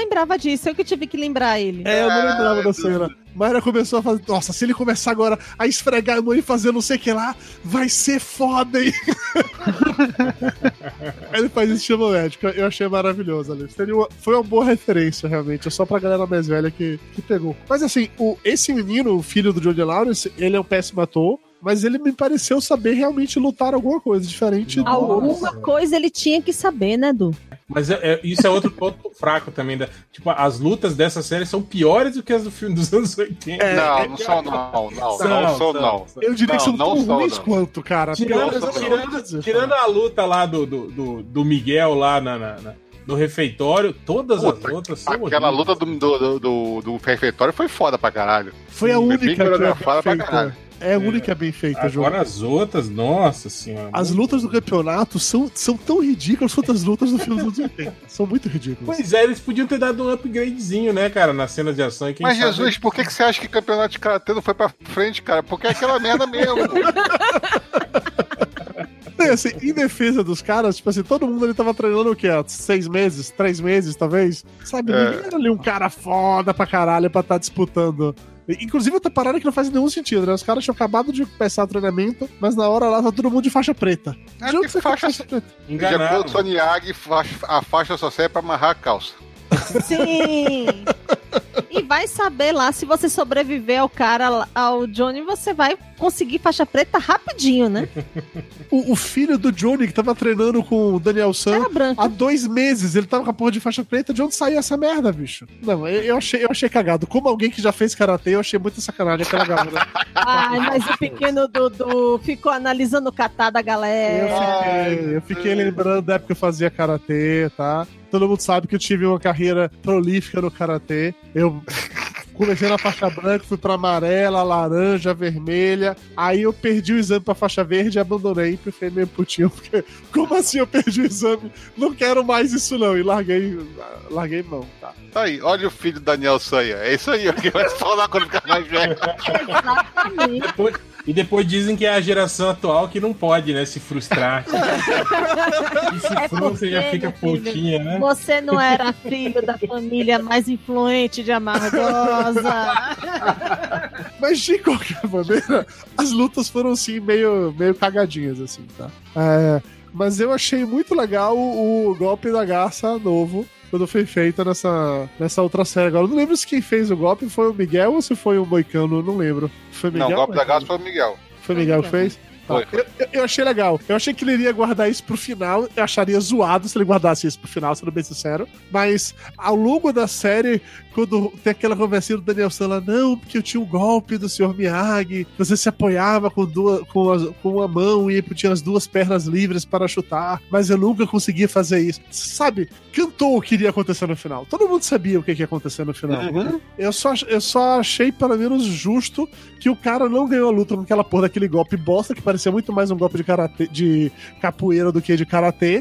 S4: lembrava disso, eu que tive que lembrar ele.
S2: É, eu não lembrava da cena. Mayra começou a fazer, nossa, se ele começar agora a esfregar a mão e fazer não sei o que lá, vai ser foda, hein? Aí ele faz isso, chama o médico. Eu achei maravilhoso ali. Uma, foi uma boa referência, realmente. É só pra galera mais velha que, que pegou. Mas assim, o, esse menino, o filho do Johnny Lawrence, ele é um péssimo ator. Mas ele me pareceu saber realmente lutar alguma coisa diferente.
S4: Nossa. Alguma coisa ele tinha que saber, né, Du?
S6: Mas é, é, isso é outro ponto fraco também. Da, tipo, as lutas dessa série são piores do que as do filme dos anos oitenta.
S3: É, não,
S6: é,
S3: não são, não. Não, não,
S6: são,
S3: não são,
S6: são,
S3: não.
S6: são.
S2: Eu diria
S3: não,
S2: que são
S3: não
S2: tão
S3: são,
S2: ruins
S3: não.
S2: quanto, cara.
S6: Tirando,
S3: não,
S6: tirando,
S2: não.
S6: tirando a luta lá do, do, do, do Miguel lá na, na, na, no refeitório, todas
S3: Puta,
S6: as outras são
S3: aquela
S6: horríveis.
S3: luta do, do, do, do refeitório foi foda pra caralho.
S2: Foi a
S3: Sim,
S2: única
S3: bem
S2: que é
S3: coreografada
S2: bem
S3: pra caralho.
S2: feita. É a única bem feita, João.
S6: Agora as outras, nossa senhora.
S2: As lutas do campeonato são, são tão ridículas quanto as lutas do filme dos anos oitenta. São muito ridículas.
S6: Pois é, eles podiam ter dado um upgradezinho, né, cara, nas cenas de ação. E quem
S3: Mas
S6: sabe...
S3: Jesus, por que, que você acha que o campeonato de karatê não foi pra frente, cara? Porque é aquela merda mesmo.
S2: É, assim, em defesa dos caras, tipo assim, todo mundo ali tava treinando o quê? Há seis meses, três meses, talvez? Sabe,
S3: É.
S2: ninguém era ali um cara foda pra caralho pra estar disputando. Inclusive, outra parada que não faz nenhum sentido, né? Os caras tinham acabado de começar o treinamento, mas na hora lá tá todo mundo de faixa preta.
S3: É,
S2: De onde
S3: que
S2: você
S3: faixa-
S2: faixa preta?
S3: De acordo
S6: Enganaram.
S3: com o Tony Yagi, a faixa só serve pra amarrar a calça.
S4: Sim! E vai saber lá, se você sobreviver ao cara, ao Johnny, você vai conseguir faixa preta rapidinho, né?
S2: O, o filho do Johnny, que tava treinando com o Daniel San
S4: Era branco.
S2: há dois meses, ele tava com a porra de faixa preta. De onde saiu essa merda, bicho? Não, eu, eu achei, eu achei cagado. Como alguém que já fez karatê, eu achei muita sacanagem aquela galera.
S4: Ai, mas o pequeno Dudu ficou analisando o catar da
S2: Eu
S4: galera.
S2: fiquei, eu fiquei lembrando da época que eu fazia karatê, tá? Todo mundo sabe que eu tive uma carreira prolífica no karatê. Eu comecei na faixa branca, fui pra amarela, laranja, vermelha. Aí eu perdi o exame pra faixa verde e abandonei. Preferi meio putinho, porque como assim eu perdi o exame? Não quero mais isso não. E larguei, larguei mão, tá?
S3: Tá aí, olha o filho do Daniel Sanha. É isso aí, o que vai falar quando ficar mais velho.
S4: Exatamente.
S6: Depois- e depois dizem que é a geração atual que não pode, né, se frustrar. E se
S4: É
S6: frustra, já
S4: porque,
S6: fica
S4: meu filho,
S6: putinha, né?
S4: Você não era filho da família mais influente de Amargosa.
S2: Mas de qualquer maneira, as lutas foram assim, meio, meio cagadinhas, assim, tá? É, mas eu achei muito legal o, o golpe da garça novo, quando foi feito nessa, nessa outra série. Agora, eu não lembro se quem fez o golpe foi o Miguel ou se foi o Moicano, eu não lembro. Foi Miguel?
S3: Não, o golpe da
S2: Moicano?
S3: gás foi o Miguel.
S2: Foi Miguel que fez? Tá.
S3: Foi, foi.
S2: Eu, eu- eu achei legal. Eu achei que ele iria guardar isso pro final. Eu acharia zoado se ele guardasse isso pro final, sendo bem sincero. Mas ao longo da série, quando tem aquela conversinha do Daniel San lá, não, porque eu tinha um golpe do senhor Miyagi, você se apoiava com, duas, com, as- com uma mão e tinha as duas pernas livres para chutar, mas eu nunca conseguia fazer isso. Sabe? Cantou o que iria acontecer no final. Todo mundo sabia o que ia acontecer no final.
S3: Uhum.
S2: Eu só, eu só achei, pelo menos, justo que o cara não ganhou a luta com aquela porra daquele golpe bosta, que parecia muito mais um golpe de, karatê, de capoeira do que de karatê,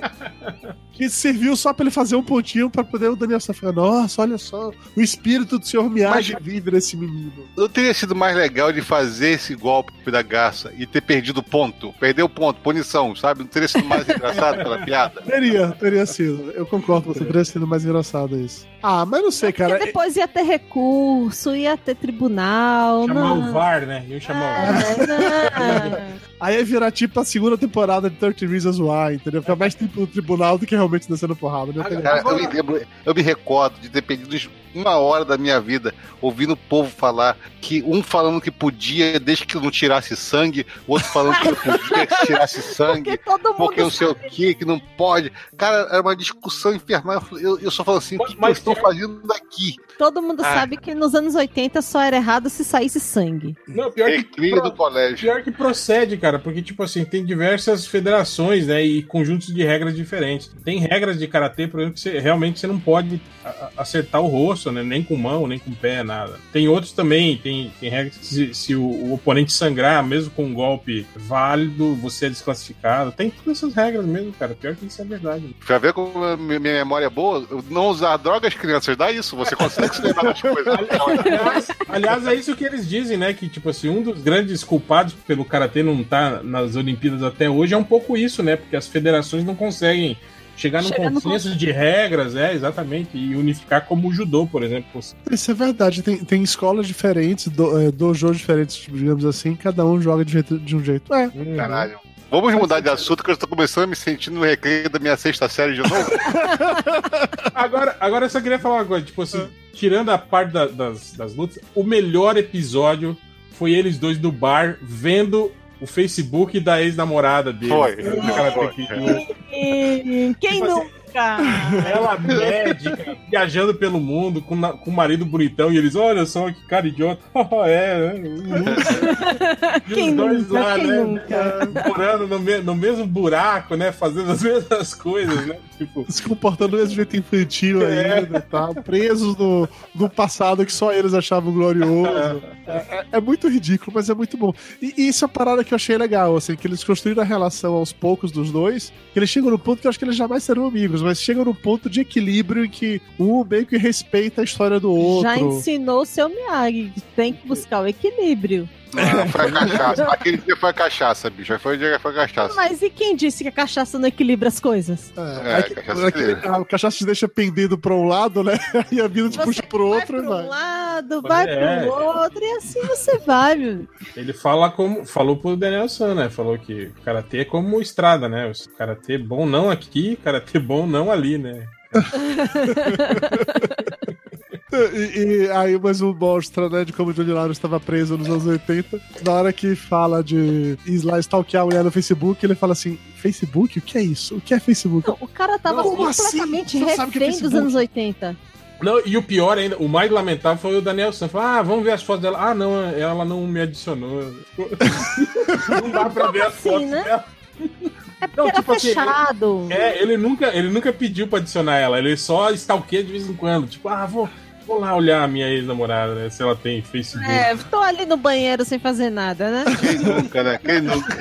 S2: que serviu só pra ele fazer um pontinho pra poder o Daniel San falar, nossa, olha só, o espírito do senhor Miyagi
S3: Mas-
S2: vive nesse menino.
S3: Não teria sido mais legal de fazer esse golpe da garça e ter perdido o ponto? Perder o ponto, punição, sabe? Não teria sido mais engraçado pela piada?
S2: Teria, teria sido. Eu concordo com você, teria sido mais engraçado isso. Ah, mas não sei, cara.
S4: Porque depois ia ter recurso, ia ter tribunal.
S6: Chamar
S4: não.
S6: o V A R, né? Iam chamar o V A R.
S4: É, não.
S2: Aí ia virar tipo a segunda temporada de thirty Reasons Why, entendeu? Ficar mais tempo no tribunal do que realmente descendo porrada, né? Teria-
S3: Cara, eu me lembro, eu me recordo de ter perdido uma hora da minha vida ouvindo o povo falar que um falando que podia desde que não tirasse sangue, o outro falando que não podia que tirasse sangue,
S4: Porque todo mundo
S3: porque não sei o
S4: sabe.
S3: que, que não pode. Cara, era uma discussão infernal. Eu, eu só falo assim, o que, que eu
S6: Mas
S3: estou
S6: pior-
S3: fazendo daqui?
S4: Todo mundo
S3: Ah.
S4: sabe que nos anos oitenta só era errado se saísse sangue.
S6: Não, pior que,
S3: Recreio do colégio.
S6: pior que procede, cara, porque, tipo assim, tem diversas federações, né, e conjuntos de regras diferentes. Tem regras de karatê, por exemplo, que você, realmente você não pode a- a- acertar o rosto, né, nem com mão, nem com pé, nada. Tem outros também, tem, tem regras que se, se o, o oponente sangrar, mesmo com um golpe válido, você é desclassificado. Tem todas essas regras mesmo, cara, pior que isso é verdade.
S3: Pra ver como a minha minha memória é boa, não usar drogas, crianças, dá isso. Você consegue se lembrar das coisas.
S6: Aliás, aliás, é isso que eles dizem, né? Que, tipo assim, um dos grandes culpados pelo Karatê não tá nas Olimpíadas até hoje é um pouco isso, né? Porque as federações não conseguem chegar num
S4: Chegar no
S6: consenso de regras, é, exatamente, e unificar como o judô, por exemplo.
S2: Isso é verdade, tem, tem escolas diferentes, do, é, dojos diferentes, digamos assim, cada um joga de, jeito, de um jeito. É.
S3: Caralho. Vamos mudar de assunto, que eu estou começando a me sentir no recreio da minha sexta série de novo.
S6: agora, agora eu só queria falar uma coisa, tipo assim, tirando a parte da, das, das lutas, o melhor episódio foi eles dois no bar vendo o Facebook da ex-namorada dele.
S3: Foi.
S4: Quem
S6: Tipo assim,
S4: nunca?
S6: Ela médica, viajando pelo mundo com, na, com um marido bonitão e eles, olha só que cara idiota. é, né? E
S4: Quem
S6: os dois
S4: nunca?
S6: lá,
S4: Quem
S6: né?
S4: nunca?
S6: Morando no, me, no mesmo buraco, né? Fazendo as mesmas coisas, né? Tipo,
S2: Se comportando do mesmo jeito infantil
S6: É.
S2: ainda, tá? Presos no, no passado que só eles achavam glorioso. É, é- é muito ridículo, mas é muito bom. E, e isso é uma parada que eu achei legal, assim, que eles construíram a relação aos poucos dos dois, que eles chegam no ponto que eu acho que eles jamais serão amigos, mas chegam no ponto de equilíbrio em que um meio que respeita a história do outro.
S4: Já ensinou o seu Miyagi. Tem que buscar o equilíbrio.
S3: Não, foi a cachaça. Aquele dia foi a cachaça, bicho. Foi o dia que foi a cachaça.
S4: Mas e quem disse que a cachaça não equilibra as coisas?
S2: É,
S3: É,
S2: é que-
S3: cachaça
S2: é que
S3: equilibra.
S2: a cachaça te deixa pendendo pra um lado, né? E a vida te
S4: Você
S2: puxa pro outro
S4: vai
S2: e
S4: para
S2: vai.
S4: um lado,
S6: Pois
S4: vai
S6: é.
S4: pro outro, e assim você vai, meu.
S6: ele fala como. Falou pro Daniel San, né? Falou que o karatê é como estrada, né? O karatê bom não aqui, karatê bom não ali, né?
S2: E, e aí, mas o mostra, né, de como o Johnny Lawrence estava preso nos anos oitenta. Na hora que fala de ir lá stalkear a mulher no Facebook, ele fala assim: Facebook? O que é isso? O que é Facebook?
S4: Não, o cara tava
S2: Como assim?
S4: completamente
S2: Você não sabe o que é
S4: refém dos
S2: Facebook?
S4: anos oitenta.
S6: Não, e o pior ainda, o mais lamentável foi o Daniel San. Falou, ah, vamos ver as fotos dela. Ah, não, ela não me adicionou. Não dá pra ver as
S4: assim,
S6: fotos
S4: né?
S6: dela.
S4: É porque
S6: Não,
S4: era
S6: tipo assim,
S4: fechado.
S6: É, ele nunca, ele nunca pediu pra adicionar ela, ele só stalkeia de vez em quando. Tipo, ah, vou, vou lá olhar a minha ex-namorada, né? Se ela tem Facebook.
S4: É, tô ali no banheiro sem fazer nada, né?
S3: Quem nunca, né? Quem nunca?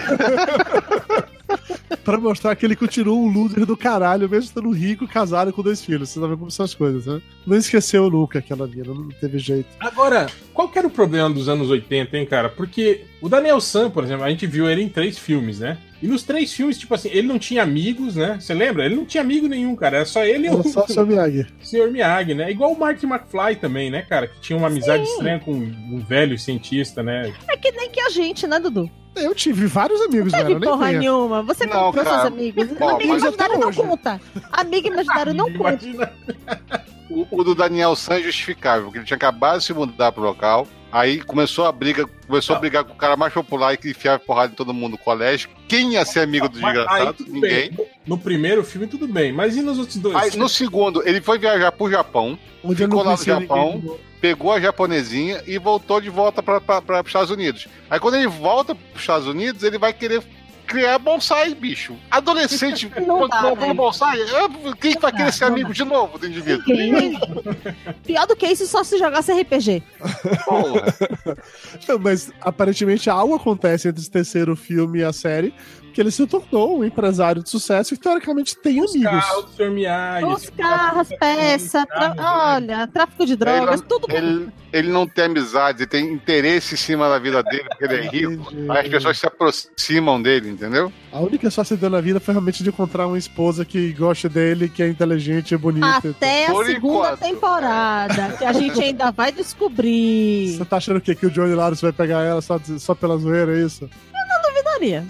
S2: Pra mostrar que ele continua um loser do caralho, mesmo estando rico, casado com dois filhos. Você tá vendo como são as coisas, né? Não esqueceu nunca aquela vida, não teve jeito.
S6: Agora, qual que era o problema dos anos oitenta, hein, cara? Porque o Daniel San, por exemplo, a gente viu ele em três filmes, né? E nos três filmes, tipo assim, ele não tinha amigos, né? Você lembra? Ele não tinha amigo nenhum, cara. Era só ele e
S2: Era
S6: o
S2: só o seu Miyagi.
S6: senhor Miyagi, né? Igual o Marty McFly também, né, cara? Que tinha uma amizade
S4: Sim.
S6: estranha com um velho cientista, né?
S4: É que nem que a gente, né, Dudu?
S2: Eu tive vários amigos,
S4: Não
S2: velho.
S4: teve
S2: Nem
S4: porra
S2: venha.
S4: nenhuma. Você
S3: Não,
S4: comprou
S3: cara.
S4: seus amigos.
S3: Ó,
S4: Amigo
S3: mas
S4: imaginário
S2: até
S4: não
S2: hoje.
S4: conta. Amigo imaginário não conta.
S6: Imagina.
S3: O, o do Daniel San é justificável, porque ele tinha acabado de se mudar pro local. Aí começou a briga, começou a brigar com o cara mais popular e que enfiava porrada em todo mundo no colégio. Quem ia ser amigo do
S6: Mas aí,
S3: desgraçado?
S6: tudo
S3: Ninguém.
S6: bem. No, no primeiro filme, tudo bem. Mas e nos outros dois?
S3: Aí no segundo, ele foi viajar pro Japão,
S2: Onde eu não
S3: ficou lá no
S2: conhecia
S3: Japão,
S2: ninguém.
S3: pegou a japonesinha e voltou de volta para os Estados Unidos. Aí quando ele volta para os Estados Unidos, ele vai querer criar bonsai, bicho. Adolescente
S4: Não dá,
S3: comprando
S4: velho.
S3: bonsai, é, quem vai querer
S4: dá,
S3: ser
S4: não
S3: amigo de novo do indivíduo?
S4: Ninguém. Pior do que isso, só se jogasse R P G.
S3: Porra.
S2: Não, mas aparentemente algo acontece entre esse terceiro filme e a série, que ele se tornou um empresário de sucesso e teoricamente tem
S6: Os
S2: amigos.
S6: carros do senhor Miyagi.
S4: Os
S6: esse
S4: carros, as peças, tra- olha, tráfico de drogas,
S3: Ele-
S4: tudo.
S3: Ele, ele não tem amizade, ele tem interesse em cima da vida dele, porque ele é rico.
S2: Entendi.
S3: Aí as pessoas se aproximam dele, entendeu?
S2: A única sorte dele na vida foi realmente de encontrar uma esposa que goste dele, que é inteligente e bonita.
S4: Até a
S3: Por
S4: segunda
S3: enquanto.
S4: temporada, que a gente ainda vai descobrir.
S2: Você tá achando o quê? Que o Johnny Lawrence vai pegar ela só, só pela zoeira, é isso?
S4: Maria.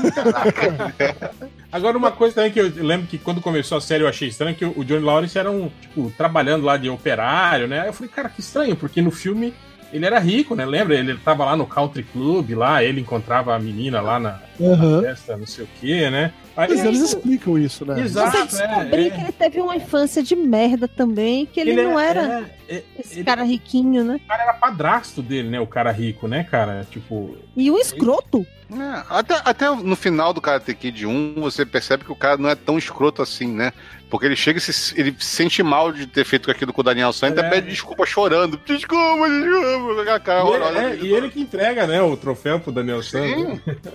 S6: Agora, uma coisa também que eu lembro que quando começou a série eu achei estranho, que o Johnny Lawrence era um, tipo, trabalhando lá de operário, né? Aí eu falei, cara, que estranho, porque no filme ele era rico, né? Lembra? Ele tava lá no Country Club, lá, ele encontrava a menina lá na,
S2: Uhum.
S6: na festa, não sei o quê, né? Aí,
S2: Mas eles explicam isso, né?
S6: Exato.
S4: Você descobrir
S6: é,
S4: que ele teve uma infância de merda também, que ele,
S6: Ele
S4: não
S6: é-
S4: era
S6: é- é-
S4: esse
S6: ele-
S4: cara riquinho, né?
S6: O cara era padrasto dele, né? O cara rico, né, cara? Tipo,
S4: E o escroto.
S3: É, até, até no final do Karate Kid um, você percebe que o cara não é tão escroto assim, né? Porque ele chega e se, ele se sente mal de ter feito aquilo com o Daniel San, até
S6: É.
S3: pede desculpa chorando. Desculpa, desculpa. A cara
S6: e ele,
S3: horrorosa
S6: é,
S3: dele.
S6: e ele que entrega, né, o troféu pro Daniel San.
S3: Sim.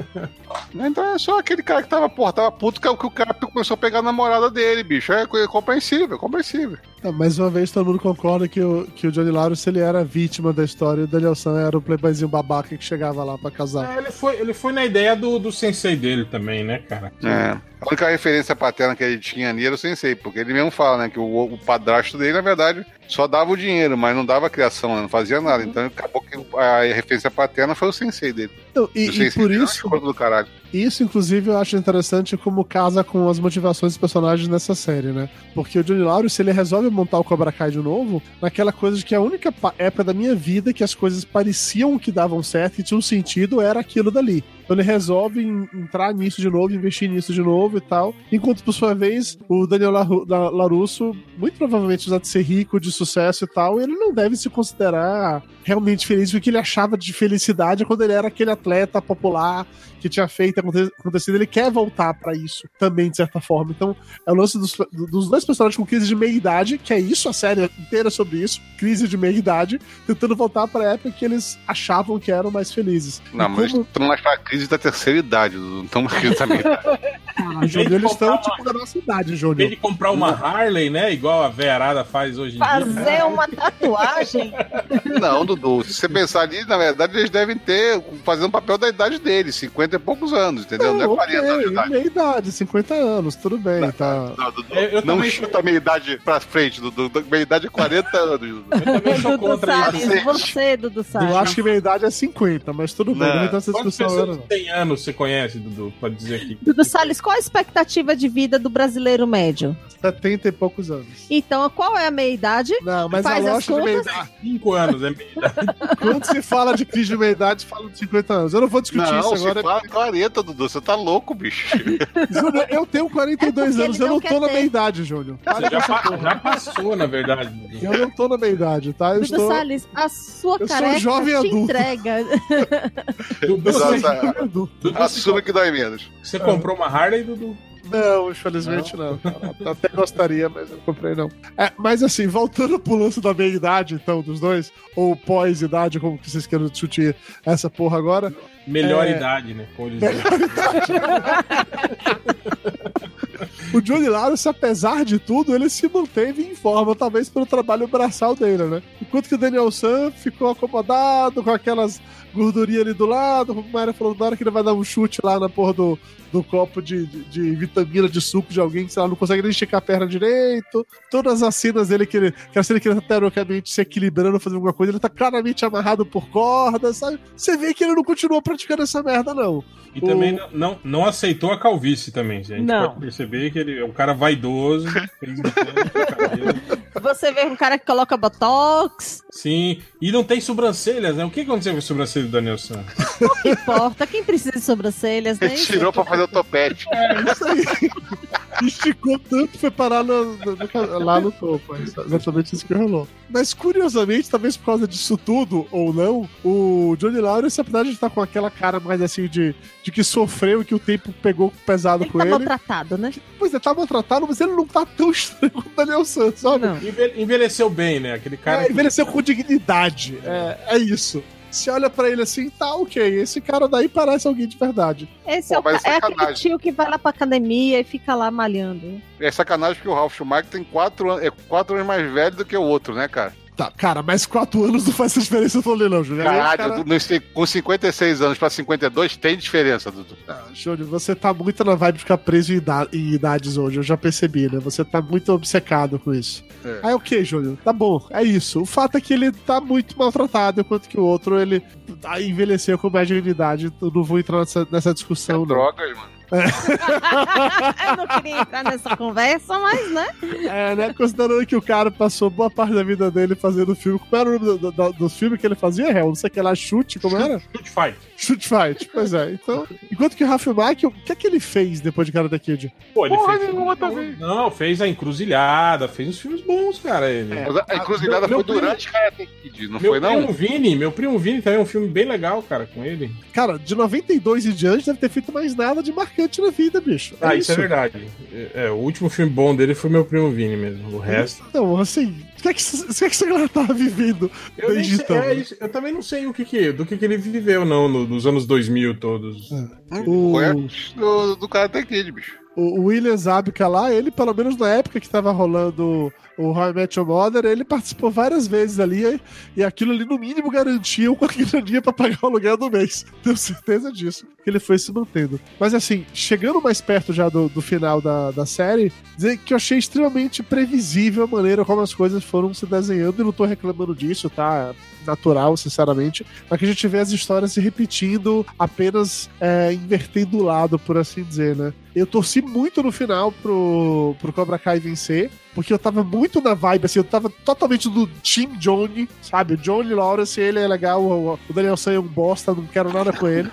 S3: Então é só aquele cara que tava, porra, tava puto que o que o cara começou a pegar a namorada dele, bicho. É compreensível, compreensível.
S2: É, mais uma vez, todo mundo concorda que o, que o Johnny Lawrence ele era vítima da história e o Daniel San era o playboyzinho babaca que chegava lá pra casar.
S6: É, ele, foi, ele foi na ideia do, do sensei dele também, né, cara?
S3: É. A única referência paterna que ele tinha ali era o sensei, porque ele mesmo fala, né, que o, o padrasto dele, na verdade, só dava o dinheiro, mas não dava a criação, né, não fazia nada. Então acabou que a referência paterna foi o sensei dele.
S2: Então, e,
S3: o sensei
S2: e por
S3: dele
S2: isso...
S3: era do caralho.
S2: Isso, inclusive, eu acho interessante como casa com as motivações dos personagens nessa série, né? Porque o Johnny Lawrence, ele resolve montar o Cobra Kai de novo naquela coisa de que a única época da minha vida que as coisas pareciam que davam certo e tinham sentido era aquilo dali. Então ele resolve entrar nisso de novo, investir nisso de novo e tal. Enquanto, por sua vez, o Daniel LaRusso, muito provavelmente, apesar de ser rico, de sucesso e tal, ele não deve se considerar realmente feliz, porque ele achava de felicidade quando ele era aquele atleta popular que tinha feito acontecido. Ele quer voltar pra isso também, de certa forma. Então, é o lance dos, dos dois personagens com crise de meia-idade, que é isso, a série inteira sobre isso, crise de meia-idade, tentando voltar pra época que eles achavam que eram mais felizes.
S3: Não,
S2: e
S3: mas
S2: como...
S3: estamos mais pra crise da terceira idade, não estamos crise da meia-idade.
S2: Ah, Júnior, eles estão tipo da nossa idade, Júnior.
S6: Ele comprar uma Harley, né, igual a Vearada faz hoje em
S4: Fazer
S6: dia.
S4: Fazer uma tatuagem?
S3: Não, Dudu, se você pensar ali, na verdade, eles devem ter, fazendo o papel da idade deles, cinquenta e poucos anos, entendeu? Não, não é quarenta
S2: okay,
S3: anos de idade.
S2: Meia idade, cinquenta anos, tudo bem,
S3: Não,
S2: tá.
S3: não, Dudu,
S6: Eu- eu
S3: não
S6: também-
S3: chuta a meia idade pra frente, Dudu. Meia idade é quarenta anos, Dudu.
S6: Eu também sou
S4: Dudu
S6: contra
S4: Salles,
S6: isso.
S4: você, Dudu Salles.
S2: Eu acho que meia idade é cinquenta, mas tudo bem,
S3: Não.
S2: não vai ter essa
S6: Quantas
S2: discussão agora,
S6: pessoas
S2: não.
S6: que tem anos você conhece, Dudu? Pode dizer aqui.
S4: Dudu Salles, qual a expectativa de vida do brasileiro médio?
S2: setenta e poucos anos.
S4: Então, qual é a meia-idade?
S2: Não, mas
S4: Faz
S2: a
S4: as
S2: lógica de meia
S4: contas.
S2: idade.
S6: Cinco anos, é meia idade.
S2: Quando se fala de crise de meia idade, se fala de cinquenta anos. Eu não vou discutir
S3: Não,
S2: isso
S3: você
S2: agora.
S3: fala quarenta, Dudu. Você tá louco, bicho.
S2: Júnior, eu tenho quarenta e dois
S4: É porque
S2: anos,
S4: ele
S2: eu não
S4: não
S2: tô
S4: quer
S2: na
S4: ter.
S2: meia idade, Júnior.
S6: Você já, pa- já passou, na verdade, Dudu.
S2: Eu não tô na meia idade, tá? Eu
S4: Dudu
S2: estou.
S4: Salles, a sua
S2: Eu sou
S4: careca
S2: jovem
S4: te
S2: adulto.
S4: entrega.
S6: Dudu,
S3: Nossa,
S6: você,
S2: Adulto.
S6: Dudu, você,
S3: Assume que dói menos.
S6: você comprou uma Harley, Dudu?
S2: Não, infelizmente não. não. Até gostaria, mas eu comprei não. É, mas assim, voltando pro lance da meia-idade, então, dos dois, ou pós-idade, como que vocês queiram discutir essa porra agora.
S6: Melhor
S2: É.
S6: idade, né? Como eles dizem.
S2: O Johnny Lawrence, apesar de tudo, ele se manteve em forma, talvez pelo trabalho braçal dele, né? Enquanto que o Daniel San ficou acomodado com aquelas gordurinhas ali do lado, como o Maria falou, na hora que ele vai dar um chute lá na porra do, do copo de, de, de vitamina, de suco de alguém que, sei lá, não consegue nem esticar a perna direito. Todas as cenas dele, que ele, que a cena que ele tá teoricamente se equilibrando, fazendo alguma coisa, ele tá claramente amarrado por cordas, sabe? Você vê que ele não continuou praticando essa merda, não.
S6: E
S2: O-
S6: também não, não, não aceitou a calvície também, gente.
S4: Não.
S6: Pode perceber que ele é um cara vaidoso. Ele não tem cabelo.
S4: Você vê um cara que coloca botox.
S6: Sim, e não tem sobrancelhas, né? O que aconteceu com a sobrancelha do Daniel San?
S4: Não importa. Quem precisa de sobrancelhas, né?
S3: Ele tirou pra fazer o topete.
S2: É isso aí. Esticou tanto, foi parar no- no- no- lá no topo. É exatamente isso que rolou. Mas curiosamente, talvez por causa disso tudo, ou não, o Johnny Lawrence, apesar de estar com aquela cara mais assim de, de que sofreu e que o tempo pegou pesado
S4: Ele
S2: com
S4: tá
S2: ele.
S4: maltratado, né?
S2: Pois é, tá maltratado, mas ele não tá tão estranho quanto o Daniel San, sabe?
S4: Não.
S6: Enve- Envelheceu bem, né? Aquele cara.
S2: É,
S6: que-
S2: envelheceu com dignidade. É, é isso. Você olha pra ele assim, tá ok, esse cara daí parece alguém de verdade.
S4: Esse
S3: Pô,
S4: é, o,
S3: mas
S4: ca- é aquele
S3: sacanagem.
S4: tio que vai lá pra academia e fica lá malhando.
S3: É sacanagem porque o Ralph Schumacher tem quatro, an- é quatro anos mais velho do que o outro, né, cara?
S2: Tá, cara, mas quatro anos não faz essa diferença, eu falei, não, Júlio. Aí,
S3: Caralho,
S2: cara-
S3: Dudu, nesse- com cinquenta e seis anos pra cinquenta e dois tem diferença, Dudu.
S2: Ah, Júlio, você tá muito na vibe de ficar preso em, ida- em idades hoje, eu já percebi, né? Você tá muito obcecado com isso.
S3: É.
S2: Aí, ok, Júlio, tá bom, é isso. O fato é que ele tá muito maltratado, enquanto que o outro, ele tá- envelheceu com mais dignidade. Eu não vou entrar nessa, nessa discussão, não.
S3: Drogas, mano.
S4: Eu não queria entrar nessa conversa, mas, né?
S2: É, né? Considerando que o cara passou boa parte da vida dele fazendo filme. Como era o nome do, do, do filme que ele fazia, Hel? Não sei o que lá, chute, como era?
S6: Shoot fight.
S2: Shoot Fight, pois é. Então, enquanto que o Ralph Macchio, o que é que ele fez depois de Karate Kid?
S6: Pô, ele
S3: Porra
S6: fez.
S3: nenhuma também.
S6: Não, fez a Encruzilhada, fez uns filmes bons, cara. Ele.
S3: Mas a encruzilhada
S6: meu-
S3: foi
S6: meu
S3: durante Karate Kid, não
S6: meu
S3: foi não?
S6: primo Vini, meu primo Vini também é um filme bem legal, cara, com ele.
S2: Cara, de noventa e dois em diante deve ter feito mais nada de marcante na vida, bicho.
S6: Ah, isso é verdade. É, é, o último filme bom dele foi meu primo Vini mesmo. O resto.
S2: Então, assim, O que é que, o que, é que essa galera tava vivendo?
S6: Eu, nem sei, é isso, eu também não sei o que que, do que, que ele viveu, não, no, nos anos dois mil todos.
S2: É. O...
S3: do, do Karate Kid, bicho.
S2: O William Zabka lá, ele, pelo menos na época que tava rolando o How I Met Your Mother, ele participou várias vezes ali, e aquilo ali no mínimo garantia uma graninha pra pagar o aluguel do mês. Tenho certeza disso, que ele foi se mantendo. Mas assim, chegando mais perto já do, do final da, da série, dizer que eu achei extremamente previsível a maneira como as coisas foram se desenhando, e não tô reclamando disso, tá? Natural, sinceramente, mas que a gente vê as histórias se repetindo, apenas é, invertendo o lado, por assim dizer, né? Eu torci muito no final pro, pro Cobra Kai vencer, porque eu tava muito na vibe, assim, eu tava totalmente do Team Johnny, sabe? O Johnny Lawrence, ele é legal, o, o Daniel San é um bosta, não quero nada com ele.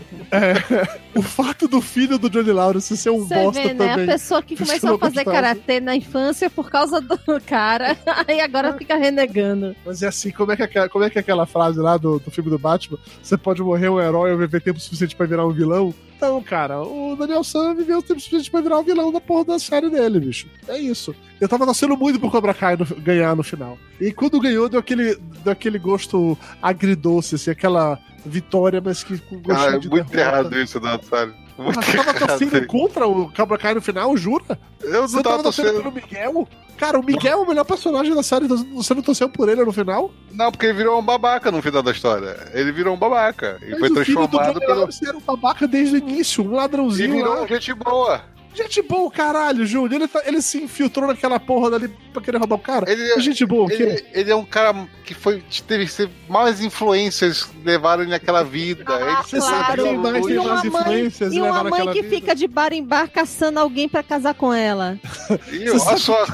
S2: É, o fato do filho do Johnny Lawrence ser um
S4: Você
S2: bosta
S4: vê, né?
S2: também.
S4: A pessoa que começou a fazer karatê na infância por causa do cara, aí agora fica renegando.
S2: Mas é assim, como é que é, como é, que é aquela frase lá do, do filme do Batman? Você pode morrer um herói ou viver tempo suficiente pra virar um vilão? Então, cara, o Daniel San viveu o tempo suficiente pra virar o vilão da porra da série dele, bicho. É isso. Eu tava torcendo muito pro Cobra Kai no, ganhar no final. E quando ganhou, deu aquele, deu aquele gosto agridoce, assim, aquela vitória, mas que com gosto
S3: ah,
S2: de
S3: é muito
S2: derrota.
S3: errado isso, não, sabe?
S2: Mas você tava torcendo contra o Cobra Kai no final, jura?
S3: Eu não
S2: você
S3: tava
S2: tava torcendo
S3: torcendo
S2: pelo Miguel? Cara, o Miguel é o melhor personagem da série, você não torceu por ele no final?
S3: Não, porque ele virou um babaca no final da história. Ele virou um babaca. E
S2: mas
S3: foi
S2: o
S3: transformado
S2: filho do
S3: pelo.
S2: Era um babaca desde o início, um ladrãozinho.
S3: E virou
S2: lá.
S3: um gente boa.
S2: Gente boa, caralho, Júnior. Ele, tá, ele se infiltrou naquela porra dali pra querer roubar o cara.
S3: Ele,
S2: é gente boa, o quê?
S3: Ele, ele é um cara que foi, teve ser mais influências levaram ele naquela vida.
S4: Ah,
S3: ele
S2: Você
S4: claro.
S2: sabe quem mais tem
S4: E uma
S2: mais
S4: mãe-
S2: influências
S4: E uma
S2: levaram
S4: mãe
S2: naquela
S4: que
S2: vida?
S4: fica de bar em bar caçando alguém pra casar com ela.
S3: E olha só.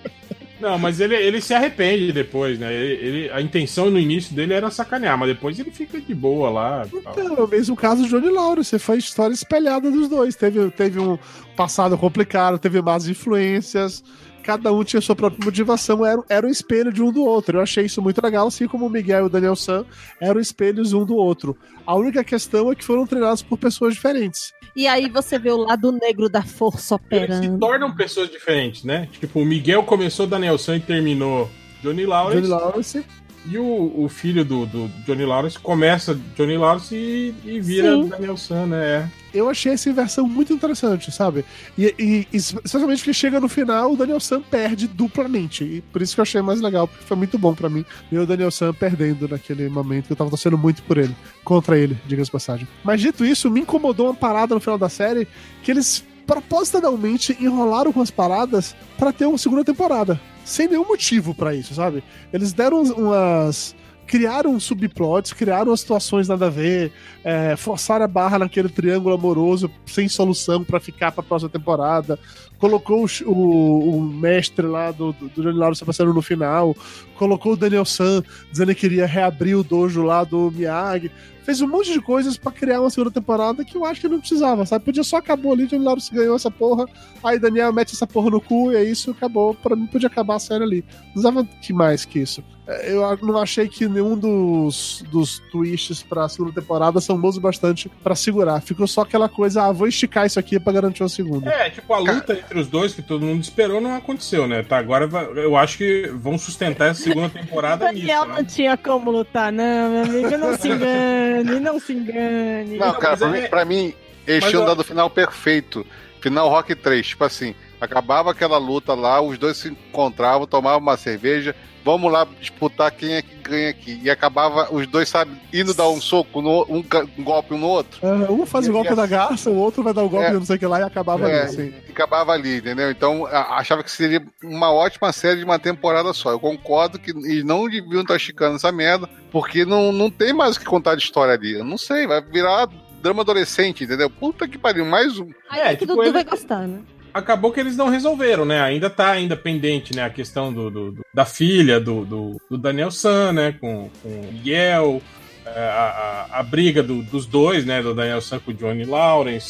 S6: Não, mas ele, ele se arrepende depois, né? Ele, ele- a intenção no início dele era sacanear, mas depois ele fica de boa lá. Tal.
S2: Então, é o mesmo caso do Johnny Lawrence. Você foi história espelhada dos dois. Teve, teve um passado complicado, teve más influências. Cada um tinha sua própria motivação, era, era um espelho de um do outro. Eu achei isso muito legal, assim como o Miguel e o Daniel San eram espelhos um do outro. A única questão é que foram treinados por pessoas diferentes.
S4: E aí você vê o lado negro da força
S6: Eles se
S4: operando.
S6: tornam pessoas diferentes, né? Tipo, o Miguel começou Daniel San e terminou Johnny Lawrence.
S2: Johnny Lawrence.
S6: E o, o filho do, do Johnny Lawrence começa Johnny Lawrence e, e vira
S4: Sim.
S6: Daniel San, né?
S2: Eu achei essa inversão muito interessante, sabe? E, e, e especialmente porque chega no final, o Daniel San perde duplamente. E por isso que eu achei mais legal, porque foi muito bom pra mim ver o Daniel San perdendo naquele momento, que eu tava torcendo muito por ele. Contra ele, diga-se de passagem. Mas dito isso, me incomodou uma parada no final da série, que eles propositalmente enrolaram com as paradas pra ter uma segunda temporada. Sem nenhum motivo pra isso, sabe? Eles deram umas... criaram subplots, criaram situações nada a ver, é, forçaram a barra naquele triângulo amoroso sem solução pra ficar pra próxima temporada, colocou o, o, o mestre lá do, do, do Johnny Lawrence aparecendo no final, colocou o Daniel San dizendo que queria reabrir o dojo lá do Miyagi, fez um monte de coisas pra criar uma segunda temporada que eu acho que não precisava, sabe? Podia só acabou ali, o Johnny Lawrence ganhou essa porra, aí Daniel mete essa porra no cu e é isso, acabou. Pra mim podia acabar a série ali. Não precisava que mais que isso. Eu não achei que nenhum dos, dos twists pra segunda temporada são bons o bastante pra segurar. Ficou só aquela coisa, ah, vou esticar isso aqui pra garantir uma segunda.
S6: É, tipo, a luta entre os dois que todo mundo esperou não aconteceu, né? Tá, agora vai- eu acho que vão sustentar essa segunda temporada nisso,
S4: Daniel não
S6: né?
S4: tinha como lutar, não, meu amigo. Não se engane, não se engane.
S3: Não, cara,
S6: mas
S3: pra,
S6: é-
S3: mim, pra mim, eles
S6: mas
S3: tinham
S6: eu-
S3: dado o final perfeito. Final Rock três, tipo assim, acabava aquela luta lá, os dois se encontravam, tomavam uma cerveja, vamos lá disputar quem é que ganha aqui. E acabava os dois, sabe, indo dar um soco, no, um, ca- um golpe um no outro.
S2: Ah, um faz o
S3: E-
S2: golpe
S3: e
S2: da
S3: assim-
S2: garça, o outro vai dar o golpe
S3: É.
S2: de não sei o que lá e acabava
S3: É,
S2: ali, assim.
S3: e acabava ali, entendeu? Então, a- achava que seria uma ótima série de uma temporada só. Eu concordo que eles não deviam estar esticando essa merda, porque não, não tem mais o que contar de história ali. Eu não sei, vai virar drama adolescente, entendeu? Puta que pariu, mais um.
S4: Aí
S6: É,
S4: é, que
S6: tipo,
S4: Dudu
S6: ele-
S4: vai gostar, né?
S6: Acabou que eles não resolveram, né? Ainda tá ainda pendente, né? A questão do, do- do- da filha do, do, do Daniel San, né? Com, com o Miguel, é, a, a, a briga do- dos dois, né? Do Daniel San com o Johnny Lawrence.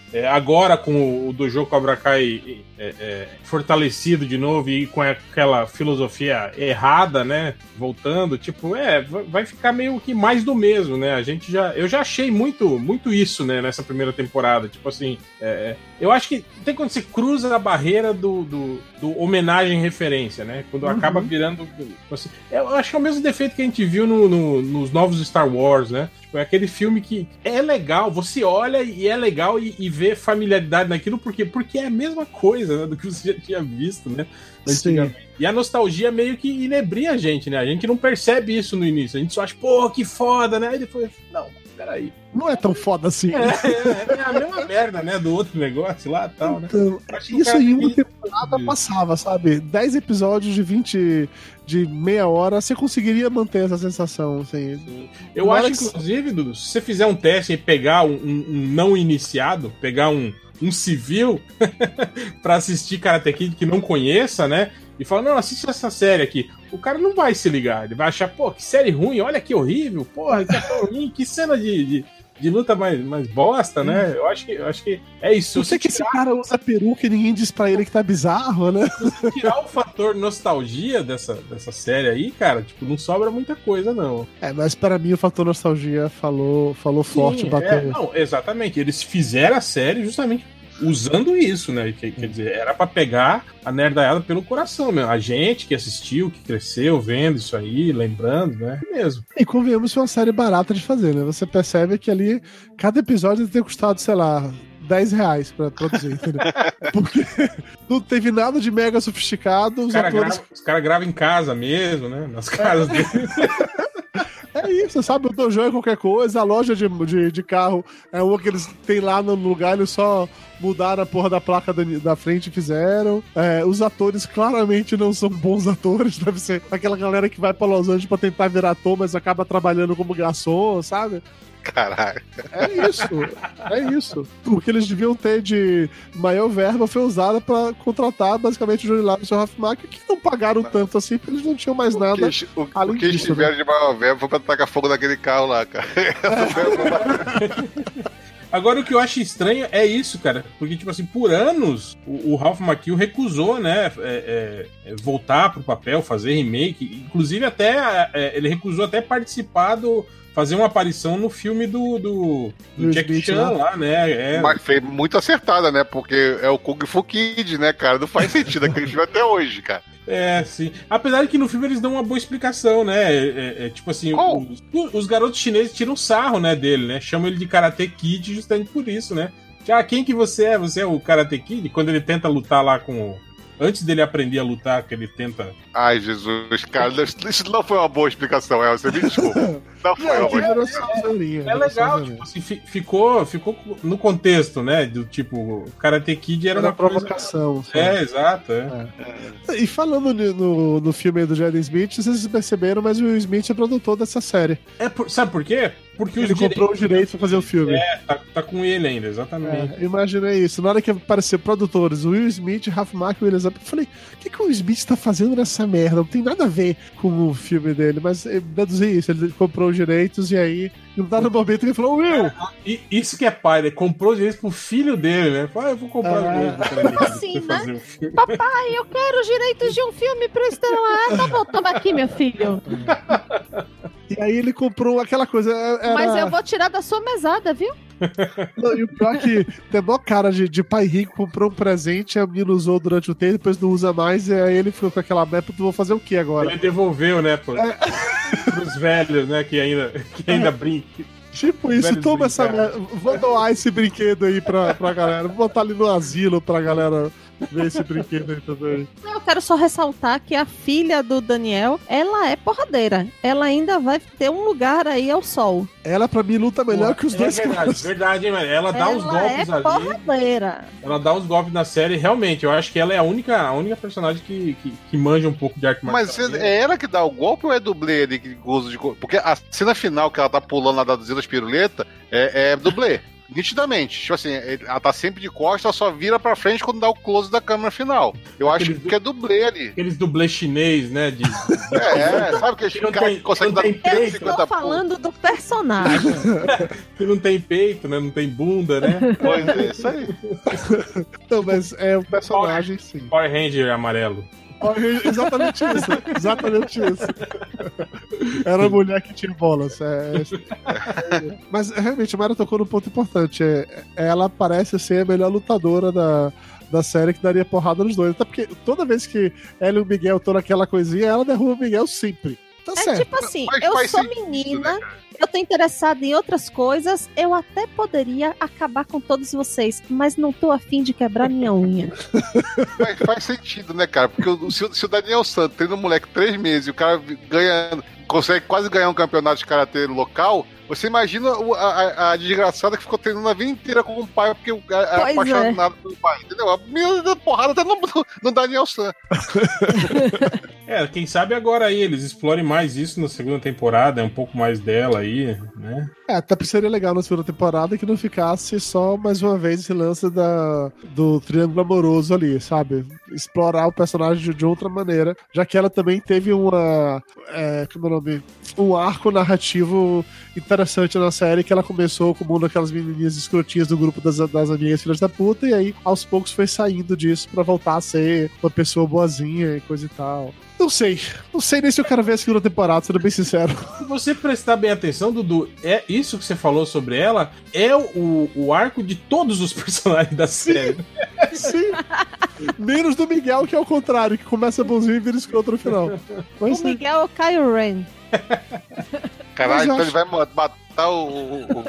S6: É, agora com o Dojo Cobra Kai é, é, fortalecido de novo e com aquela filosofia errada, né? Voltando, tipo, é, vai ficar meio que mais do mesmo, né? A gente já, eu já achei muito, muito isso, né? Nessa primeira temporada, tipo assim, é, eu acho que tem quando você cruza a barreira do, do, do homenagem referência, né? Quando uhum. acaba virando, assim, eu acho que é o mesmo defeito que a gente viu no, no, nos novos Star Wars, né? Tipo, é aquele filme que é legal, você olha e é legal e, e vê familiaridade naquilo, porque, porque é a mesma coisa, né, do que você já tinha visto, né?
S2: Sim.
S6: E a nostalgia meio que inebria a gente, né? A gente não percebe isso no início. A gente só acha, pô, que foda, né? E depois, não, peraí.
S2: Não é tão foda assim.
S6: É, é, é a mesma merda, né? Do outro negócio lá e tal, né?
S2: Então, isso em uma temporada de... passava, sabe? dez episódios de vinte... de meia hora, você conseguiria manter essa sensação, assim.
S6: Sim. Eu acho, que... inclusive, Dudu, se você fizer um teste e pegar um, um, um não iniciado, pegar um, um civil pra assistir Karate Kid que não conheça, né? E fala, não, assiste essa série aqui. O cara não vai se ligar, ele vai achar, pô, que série ruim, olha que horrível, porra, que tão ruim, que cena de... de... de luta mais, mais bosta, né? Eu acho que, eu acho que é isso.
S2: Eu sei que esse cara usa peruca e ninguém diz pra ele que tá bizarro, né?
S6: Se tirar o fator nostalgia dessa, dessa série aí, cara, tipo, não sobra muita coisa, não.
S2: É, mas para mim o fator nostalgia falou, falou Sim, forte, bateu.
S6: É, não, exatamente. Eles fizeram a série justamente usando isso, né? Quer, quer dizer, era pra pegar a nerdaiada pelo coração mesmo. A gente que assistiu, que cresceu vendo isso aí, lembrando, né? É mesmo.
S2: E convenhamos que é uma série barata de fazer, né? Você percebe que ali, cada episódio deve ter custado, sei lá, dez reais pra produzir, entendeu? Porque não teve nada de mega sofisticado. Os,
S6: cara
S2: atores...
S6: grava, os caras gravam em casa mesmo, né? Nas casas deles.
S2: É isso, sabe? O dojo é qualquer coisa, a loja de, de, de carro é uma que eles têm lá no lugar, eles só mudaram a porra da placa da, da frente e fizeram. É, os atores claramente não são bons atores, deve ser aquela galera que vai pra Los Angeles pra tentar virar ator, mas acaba trabalhando como garçom, sabe?
S3: Caralho.
S2: É isso, é isso. O que eles deviam ter de maior verba foi usada pra contratar basicamente o Johnny Lawrence e o seu Ralph Macchio, que não pagaram tanto assim, porque eles não tinham mais
S3: o
S2: nada.
S3: Que, o, além o que eles tiveram, né, de maior verba foi pra tacar fogo naquele carro lá, cara.
S6: É. Agora, o que eu acho estranho é isso, cara. Porque, tipo assim, por anos, o, o Ralph Macchio recusou, né, é, é, voltar pro papel, fazer remake. Inclusive, até é, ele recusou até participar do... fazer uma aparição no filme do, do, do Jack Chan lá, né? É...
S3: Mas foi muito acertada, né? Porque é o Kung Fu Kid, né, cara? Não faz sentido aquele filme até hoje, cara.
S6: É, sim. Apesar de que no filme eles dão uma boa explicação, né? É, é, é, tipo assim,
S3: oh.
S6: os, os garotos chineses tiram sarro, né, dele, né? Chamam ele de Karate Kid justamente por isso, né? Ah, quem que você é? Você é o Karate Kid? Quando ele tenta lutar lá com... Antes dele aprender a lutar, que ele tenta...
S3: Ai, Jesus, cara, isso não foi uma boa explicação, El, você me desculpa. Não foi uma boa explicação.
S6: É legal, tipo assim, ficou, ficou no contexto, né, do tipo, Karate Kid era, era uma
S2: provocação.
S6: Coisa... É, exato, é.
S2: É. E falando no, no filme do Jaden Smith, vocês perceberam, mas o Will Smith é produtor dessa série.
S6: É por, sabe por quê? Porque
S2: ele
S6: os
S2: comprou os direitos pra fazer o filme.
S6: É, tá, tá com ele ainda, exatamente.
S2: É, imaginei isso. Na hora que apareceu produtores, Will Smith, Ralph Macchio e Will Smith, eu falei, o que, que o Will Smith tá fazendo nessa merda? Não tem nada a ver com o filme dele, mas eu deduzi isso. Ele comprou os direitos e aí, em um dado momento, ele falou, Will!
S6: É, e isso que é pai, né? Comprou os direitos pro filho dele, né? Falou, ah, eu vou comprar os direitos pra ele.
S4: Assim, né? Um filme. Papai, eu quero os direitos de um filme pra estrelar. Tá bom, toma aqui, meu filho.
S2: E aí ele comprou aquela coisa... Era...
S4: Mas eu vou tirar da sua mesada, viu?
S2: Não, e o pior é que tem mó cara de, de pai rico, comprou um presente, a menina usou durante o tempo, depois não usa mais, e aí ele ficou com aquela meta, vou fazer o que agora?
S6: Ele devolveu, né, pô, é. pros velhos, né, que ainda, que ainda é. brincam.
S2: Tipo isso, toma essa merda. Vou doar esse brinquedo aí pra, pra galera. Vou botar ali no asilo pra galera ver esse brinquedo aí também.
S4: Eu quero só ressaltar que a filha do Daniel, ela é porradeira. Ela ainda vai ter um lugar aí ao sol.
S2: Ela, pra mim, luta melhor Pô, que os
S6: é
S2: dois.
S6: É verdade, caras. verdade, hein, mano. Ela dá
S4: ela
S6: os golpes
S4: é
S6: ali.
S4: Porradeira.
S6: Ela dá os golpes na série. Realmente, eu acho que ela é a única, a única personagem que, que, que manja um pouco de arte marcial.
S3: Mas é ela que dá o golpe ou é dublê ali que goza de golpe? Porque a cena final que ela tá pulando lá da Zila Piruletas é, é dublê. nitidamente. Tipo assim, ela tá sempre de costas, ela só vira pra frente quando dá o close da câmera final. Eu
S6: Aqueles
S3: acho que é dublê ali.
S6: Aqueles dublê chinês, né? De, de...
S3: É, sabe que
S6: Que não
S3: o cara
S6: tem-
S3: que consegue
S6: não
S3: dar
S6: tem
S3: trinta,
S6: peito.
S4: Estou
S3: cinquenta
S4: falando do personagem.
S6: que não tem peito, né? Não tem bunda, né?
S3: Pois é, isso aí.
S2: Não, mas é o personagem, sim.
S6: Power Ranger amarelo.
S2: Exatamente isso. Exatamente isso. Era a mulher que tinha bolas. É... Mas realmente, a Mara tocou num ponto importante. É... Ela parece ser a melhor lutadora da, da série, que daria porrada nos dois. Até porque toda vez que ela e o Miguel estão naquela coisinha, ela derruba o Miguel sempre. Tá
S4: É
S2: certo.
S4: tipo assim,
S3: Mas
S4: eu
S3: faz
S4: sou
S3: sentido,
S4: menina,
S3: né,
S4: eu tô interessada em outras coisas, eu até poderia acabar com todos vocês, mas não tô afim de quebrar minha unha.
S3: Mas faz sentido, né, cara? Porque o- se, o- se o Daniel Santos treina um moleque três meses e o cara ganha, consegue quase ganhar um campeonato de karatê local, você imagina o- a, a- a desgraçada que ficou treinando a vida inteira com o pai, porque o cara é
S4: Pois
S3: apaixonado pelo pai, entendeu? A menina deu porrada até no, no, no Daniel Santos.
S6: É, quem sabe agora aí eles explorem mais isso na segunda temporada, é um pouco mais dela aí, né?
S2: É, até porque seria legal na segunda temporada que não ficasse só mais uma vez esse lance da, do triângulo amoroso ali, sabe? Explorar o personagem de, de outra maneira, já que ela também teve uma. É, como é o nome? Um arco narrativo interessante na série, que ela começou como uma daquelas menininhas escrotinhas do grupo das, das amigas filhas da puta, e aí aos poucos foi saindo disso pra voltar a ser uma pessoa boazinha e coisa e tal. Não sei. Não sei nem se eu quero ver a segunda temporada, sendo bem sincero.
S6: Se você prestar bem atenção, Dudu, é isso que você falou sobre ela, é o, o arco de todos os personagens da série.
S2: Sim. Menos do Miguel, que é o contrário, que começa bonzinho e vira escroto no final. Mas
S4: O
S2: sim.
S4: Miguel é o Kylo Ren.
S3: Caralho,
S2: Mas eu
S3: então ele
S2: acho-
S3: vai ma- matar o. o- o-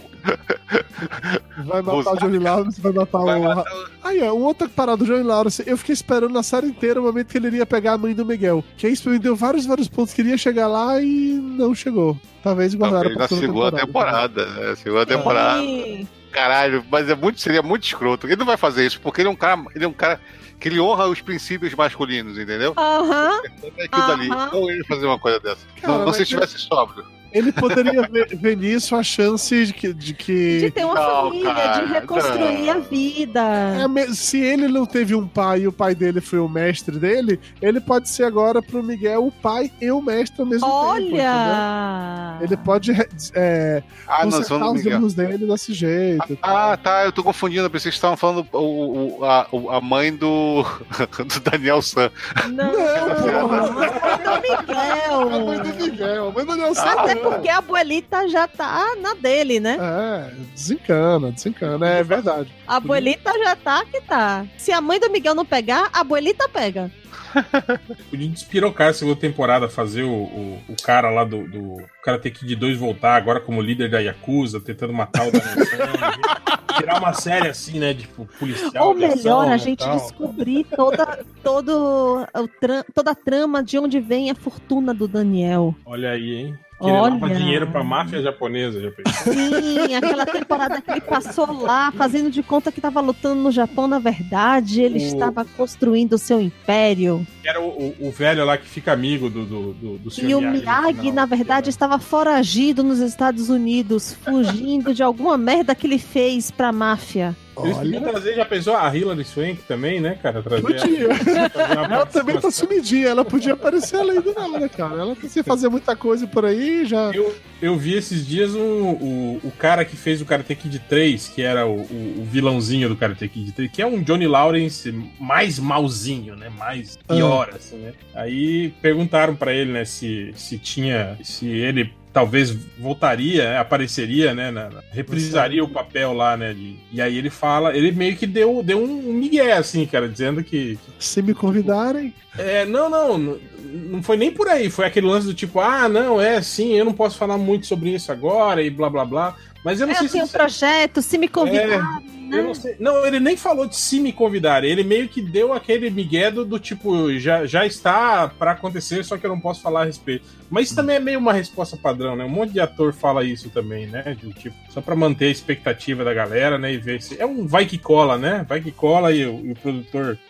S2: Vai matar
S3: Os-
S2: o Johnny Lawrence, vai matar
S3: vai
S2: o.
S3: matar o-
S2: Aí, ó, uma outra parada do Johnny Lawrence. Eu fiquei esperando na série inteira o momento que ele iria pegar a mãe do Miguel. Que isso me deu vários, vários pontos que iria chegar lá e não chegou. Talvez guardaram
S3: Talvez na segunda temporada. né? Segunda temporada.
S4: E-
S3: Caralho, mas é muito, seria muito escroto. Ele não vai fazer isso, porque ele é um cara, ele é um cara que ele honra os princípios masculinos, entendeu?
S4: Aham.
S3: É aquilo dali.
S4: Aham.
S3: Não ele fazer uma coisa dessa.
S2: Cara,
S3: não, não
S2: mas
S3: se estivesse sóbrio.
S2: Ele poderia ver, ver nisso a chance de que. De que...
S4: De ter uma
S3: Não,
S4: família,
S3: cara,
S4: de reconstruir
S3: não.
S4: a vida.
S2: É, me- se ele não teve um pai e o pai dele foi o mestre dele, ele pode ser agora pro Miguel o pai e o mestre ao mesmo tempo. entendeu?
S4: Olha!
S2: Ele pode é,
S3: Ah, não,
S2: consertar
S3: são do
S2: os
S3: Miguel.
S2: erros dele desse jeito.
S3: Ah, tá, eu tô confundindo. Eu pensei que vocês estavam falando o, o- a, o- a mãe do, do Daniel San.
S4: Não,
S2: Não,
S4: é
S2: A mãe
S4: do
S2: do
S4: Miguel.
S2: Miguel, a mãe do Nelson.
S4: Até porque a abuelita já tá na dele, né?
S2: É, desencana, desencana, é verdade.
S4: A abuelita já tá que tá. Se a mãe do Miguel não pegar, a abuelita pega.
S6: Podia despirocar a segunda temporada, fazer o, o, o cara lá do, do Karate Kid dois voltar agora como líder da Yakuza, tentando matar o Daniel San. Tirar uma série assim, né? Tipo, policial.
S4: Ou
S6: de ação
S4: melhor, a
S6: e
S4: gente
S6: tal.
S4: descobrir toda, todo, o tra- toda a trama de onde vem a fortuna do Daniel.
S6: Olha aí, hein? Que ele
S4: Olha.
S6: lava dinheiro pra máfia japonesa, já pensou?
S4: Sim, aquela temporada que ele passou lá, fazendo de conta que estava lutando no Japão, na verdade, ele
S6: O-
S4: estava construindo o seu império.
S6: Era o, o, o velho lá que fica amigo do, do, do, do senhor
S4: E o
S6: Miyagi no
S4: Miyagi,
S6: final.
S4: na verdade, estava foragido nos Estados Unidos, fugindo de alguma merda que ele fez pra máfia.
S6: Eles podiam
S2: Olha,
S6: trazer, já pensou a Hilary Swank também, né, cara? Trazer
S2: podia.
S6: trazer uma
S2: Ela também tá
S6: participação.
S2: sumidinha, ela podia aparecer além do nada, cara. Ela tá sem fazer muita coisa por aí, já.
S6: Eu, eu vi esses dias um, o, o cara que fez o Karate Kid três, que era o, o, o vilãozinho do Karate Kid três, que é um Johnny Lawrence mais malzinho, né? Mais pior, assim, né? Aí perguntaram pra ele, né, se, se tinha. Se ele talvez voltaria, né, apareceria, né? na- na- reprisaria o papel lá, né? de- e aí ele fala, ele meio que deu, deu um migué, assim, cara, dizendo que.
S2: Se me convidarem.
S6: É, não, não, não, não foi nem por aí. Foi aquele lance do tipo, ah, não, é, sim, eu não posso falar muito sobre isso agora e blá blá blá. Mas eu não
S4: Eu
S6: sei
S4: tenho um
S6: se.
S4: projeto, se me convidar.
S6: Eu não sei. Não, ele nem falou de se me convidarem. Ele meio que deu aquele migué do, do tipo, já, já está pra acontecer, só que eu não posso falar a respeito. Mas isso também é meio uma resposta padrão, né? Um monte de ator fala isso também, né? De, tipo, só pra manter a expectativa da galera, né? E ver se. É um vai que cola, né? Vai que cola e o, e o produtor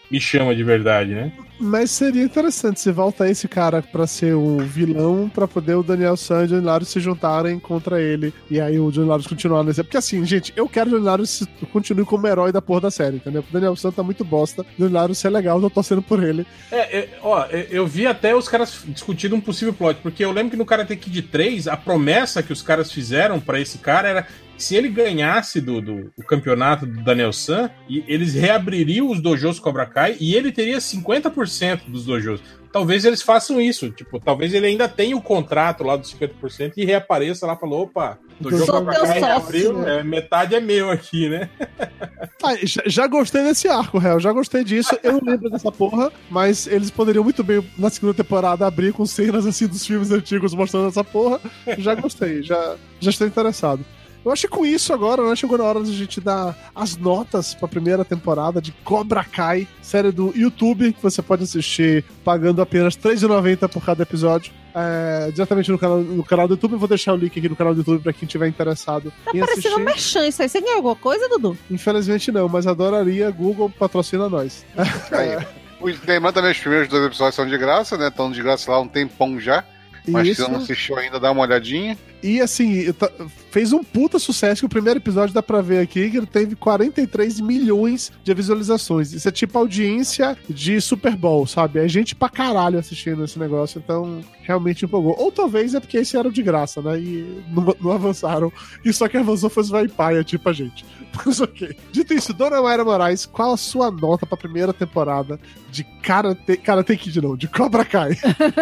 S6: me chama de verdade, né?
S2: Mas seria interessante se volta esse cara pra ser o vilão, pra poder o Daniel San e o Johnny Lawrence se juntarem contra ele. E aí o Johnny Lawrence continuar nesse... Porque assim, gente, eu quero que o Johnny Lawrence continue como herói da porra da série, entendeu? O Daniel San tá muito bosta, o Johnny Lawrence é legal, eu tô torcendo por ele.
S6: É, é, ó, eu vi até os caras discutindo um possível plot, porque eu lembro que no Karate Kid três, a promessa que os caras fizeram pra esse cara era... Se ele ganhasse do, do, do campeonato do Daniel San, e eles reabririam os dojos Cobra Kai e ele teria cinquenta por cento dos dojos. Talvez eles façam isso. Tipo, talvez ele ainda tenha o contrato lá dos cinquenta por cento e reapareça lá e falou, opa, dojo Cobra Kai abriu, é, metade é meu aqui, né?
S2: Ah, já, já gostei desse arco, Hel. Já gostei disso. Eu não lembro dessa porra, mas eles poderiam muito bem, na segunda temporada, abrir com cenas assim dos filmes antigos mostrando essa porra. Já gostei, já, já estou interessado. Eu acho que com isso agora, né, chegou na hora de a gente dar as notas pra primeira temporada de Cobra Kai, série do YouTube, que você pode assistir pagando apenas três reais e noventa centavos por cada episódio. É, diretamente no canal, no canal do YouTube. Eu vou deixar o link aqui no canal do YouTube pra quem tiver interessado
S4: tá
S2: em assistir.
S4: Tá parecendo um merchan isso aí. Você ganhou alguma coisa, Dudu?
S2: Infelizmente não, mas adoraria. Google patrocina nós.
S3: Aí. Lembrando também, os primeiros dois episódios são de graça, né? Estão de graça lá há um tempão já. Mas
S2: isso.
S3: Se você não assistiu ainda, dá uma olhadinha.
S2: E assim, fez um puta sucesso, que o primeiro episódio dá pra ver aqui que ele teve quarenta e três milhões de visualizações. Isso é tipo audiência de Super Bowl, sabe? É gente pra caralho assistindo esse negócio, então realmente empolgou. Ou talvez é porque esse era de graça, né? E não, não avançaram. E só que avançou foi os vai paia, tipo a gente. Mas ok. Dito isso, Dona Mayra Moraes, qual a sua nota pra primeira temporada de Karate, Karate Kid, não, de Cobra Kai?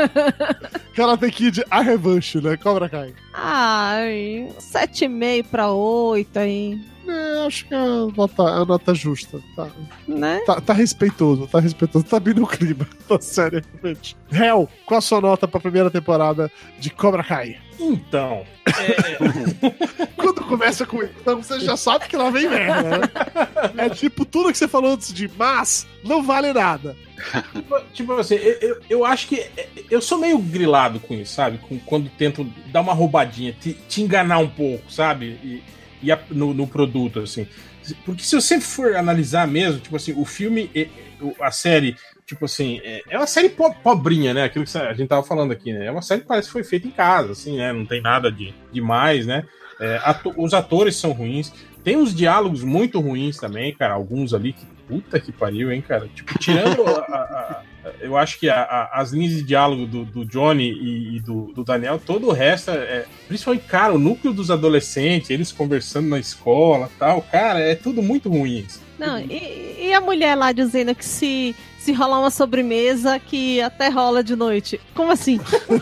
S2: Karate Kid, a revanche, né? Cobra Kai.
S4: Ai, sete e meio pra oito aí.
S2: É, acho que é a nota, a nota justa. Tá,
S4: né?
S2: tá, tá respeitoso, tá respeitoso. Tá bem no clima da série, realmente. Hel, qual a sua nota pra primeira temporada de Cobra Kai?
S6: Então, é...
S2: Quando começa com então, você já sabe que lá vem merda, né? É tipo tudo que você falou antes de mas não vale nada.
S6: Tipo, tipo assim, eu, eu, eu acho que eu sou meio grilado com isso, sabe? Com, quando tento dar uma roubadinha, te, te enganar um pouco, sabe? E, e a, no, no produto, assim. Porque se você for analisar mesmo, tipo assim, o filme, a série, tipo assim, é uma série po pobrinha, né? Aquilo que a gente tava falando aqui, né? É uma série que parece que foi feita em casa, assim, né? Não tem nada de demais, né? É, ato os atores são ruins. Tem uns diálogos muito ruins também, cara. Alguns ali que puta que pariu, hein, cara? Tipo, tirando a, a, a, eu acho que a, a, as linhas de diálogo do, do Johnny e, e do, do Daniel, todo o resto é, principalmente, cara, o núcleo dos adolescentes, eles conversando na escola e tal, cara, é tudo muito ruim.
S4: Não, e, e a mulher lá dizendo que se, se rolar uma sobremesa, que até rola de noite. Como assim?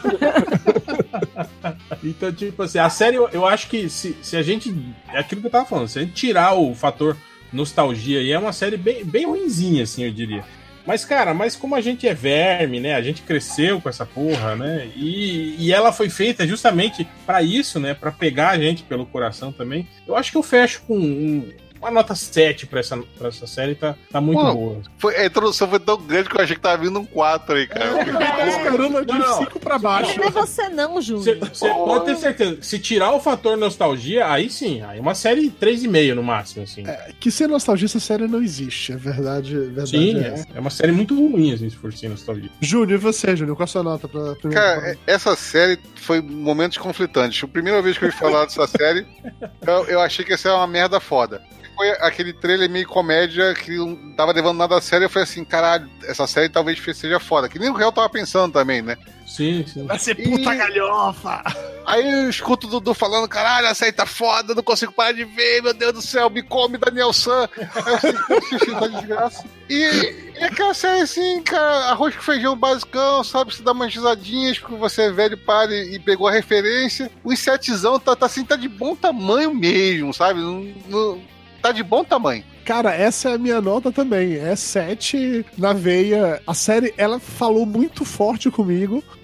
S6: Então, tipo assim, a série, eu, eu acho que se, se a gente, é aquilo que eu tava falando, se a gente tirar o fator nostalgia, e é uma série bem, bem ruinzinha, assim, eu diria. Mas, cara, mas como a gente é verme, né? A gente cresceu com essa porra, né? E, e ela foi feita justamente pra isso, né? Pra pegar a gente pelo coração também. Eu acho que eu fecho com um, uma nota sete pra essa, pra essa série, tá, tá muito Pô, boa.
S3: Foi, a introdução foi tão grande que eu achei que tava vindo um quatro aí, cara.
S2: Caramba, de cinco pra baixo.
S4: Não é você não, Júnior.
S6: Você pode ter certeza. Se tirar o fator nostalgia, aí sim. Aí uma série três e meio no máximo, assim. É,
S2: que sem nostalgia essa série não existe. É verdade, verdade
S6: sim,
S2: é,
S6: é uma série muito ruim, assim, se for sem nostalgia.
S2: Júnior, e você, Júnior? Qual a sua nota pra primeira
S3: Cara,
S2: temporada?
S3: Essa série foi momentos conflitantes. A primeira vez que eu ouvi falar dessa série, eu, eu achei que ia ser uma merda foda. Foi aquele trailer meio comédia que não tava levando nada a sério. Eu falei assim, caralho, essa série talvez seja foda. Que nem o Real tava pensando também, né?
S6: Sim, sim.
S2: Vai ser puta e... galhofa!
S3: Aí eu escuto o Dudu falando, caralho, a série tá foda, não consigo parar de ver, meu Deus do céu, me come, Daniel San. Aí eu fiquei, tá desgraça. E, e aquela série assim, cara, arroz com feijão basicão, sabe? Você dá umas risadinhas porque você é velho, para e, e pegou a referência. O insetzão tá, tá assim, tá de bom tamanho mesmo, sabe? Não, não, tá de bom tamanho.
S2: Cara, essa é a minha nota também. É sete na veia. A série, ela falou muito forte comigo,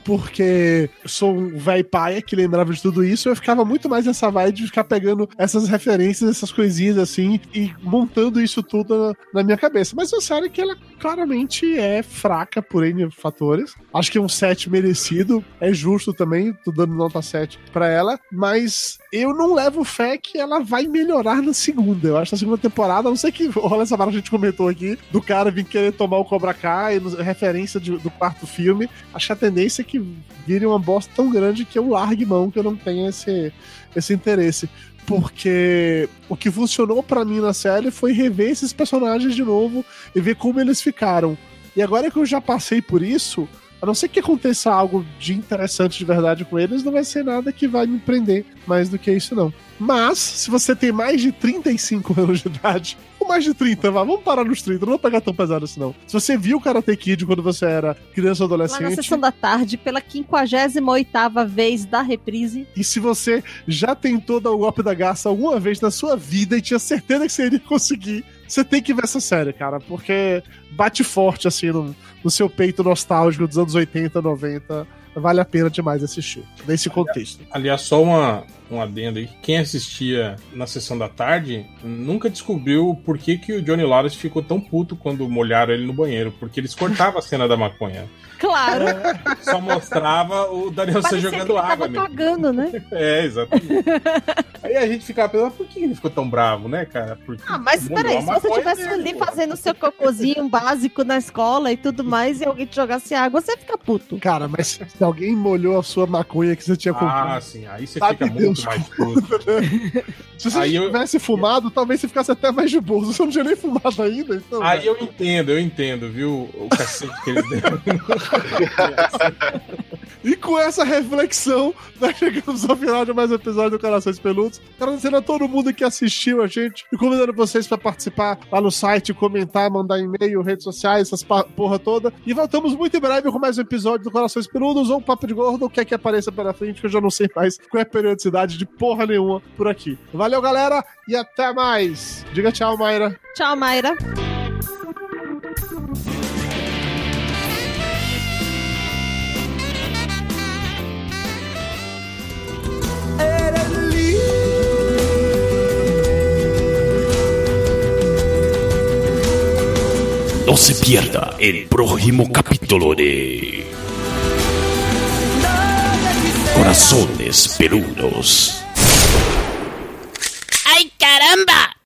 S2: porque eu sou um velho paia que lembrava de tudo isso, eu ficava muito mais nessa vibe de ficar pegando essas referências, essas coisinhas assim, e montando isso tudo na, na minha cabeça. Mas é uma série que ela claramente é fraca por N fatores. Acho que um sete merecido, é justo também, tô dando nota sete pra ela, mas eu não levo fé que ela vai melhorar na segunda. Eu acho que na segunda temporada, a não sei que rola essa vara que a gente comentou aqui, do cara vir querer tomar o Cobra Kai, referência de, do quarto filme. Acho que a tendência é que vire uma bosta tão grande que eu largue mão, que eu não tenha esse, esse interesse. Porque o que funcionou pra mim na série foi rever esses personagens de novo e ver como eles ficaram. E agora que eu já passei por isso, a não ser que aconteça algo de interessante de verdade com eles, não vai ser nada que vai me prender mais do que isso, não. Mas, se você tem mais de trinta e cinco anos de idade, ou mais de trinta, vá, vamos parar nos trinta, não vou pegar tão pesado assim, não. Se você viu Karate Kid quando você era criança ou adolescente...
S4: Lá na sessão da tarde, pela quinquagésima oitava vez da reprise.
S2: E se você já tentou dar o golpe da garça alguma vez na sua vida e tinha certeza que você iria conseguir, você tem que ver essa série, cara, porque bate forte, assim, no, no seu peito nostálgico dos anos oitenta, noventa... Vale a pena demais assistir, nesse contexto.
S6: Aliás, só uma, um adendo aí. Quem assistia na sessão da tarde nunca descobriu por que, que o Johnny Lawrence ficou tão puto quando molharam ele no banheiro. Porque eles cortavam a cena da maconha.
S4: Claro.
S6: Só mostrava o Daniel San jogando água.
S4: Ele tava cagando, né?
S6: É, exatamente. Aí a gente ficava pensando, por que ele ficou tão bravo, né, cara? Porque
S4: ah, mas peraí, se você estivesse ali
S6: pô.
S4: fazendo seu cocôzinho básico na escola e tudo mais, e alguém te jogasse água, você fica puto.
S2: Cara, mas se alguém molhou a sua maconha que você tinha comprado...
S6: Ah, sim, aí você fica muito Deus mais puto.
S2: Se você aí tivesse eu... fumado, talvez você ficasse até mais de boa. Você não tinha nem fumado ainda, então...
S6: Aí né? eu entendo, eu entendo, viu? O cacete que eles deram.
S2: E com essa reflexão, nós chegamos ao final de mais um episódio do Corações Peludos. Agradecendo a todo mundo que assistiu a gente e convidando vocês para participar lá no site, comentar, mandar e-mail, redes sociais, essas porra toda. E voltamos muito em breve com mais um episódio do Corações Peludos ou Papo de Gordo, ou o que é que apareça pela frente, que eu já não sei mais qual é a periodicidade de porra nenhuma por aqui. Valeu, galera, e até mais. Diga tchau, Mayra.
S4: Tchau, Mayra.
S1: No se pierda el próximo capítulo de Corazones Peludos.
S7: ¡Ay, caramba!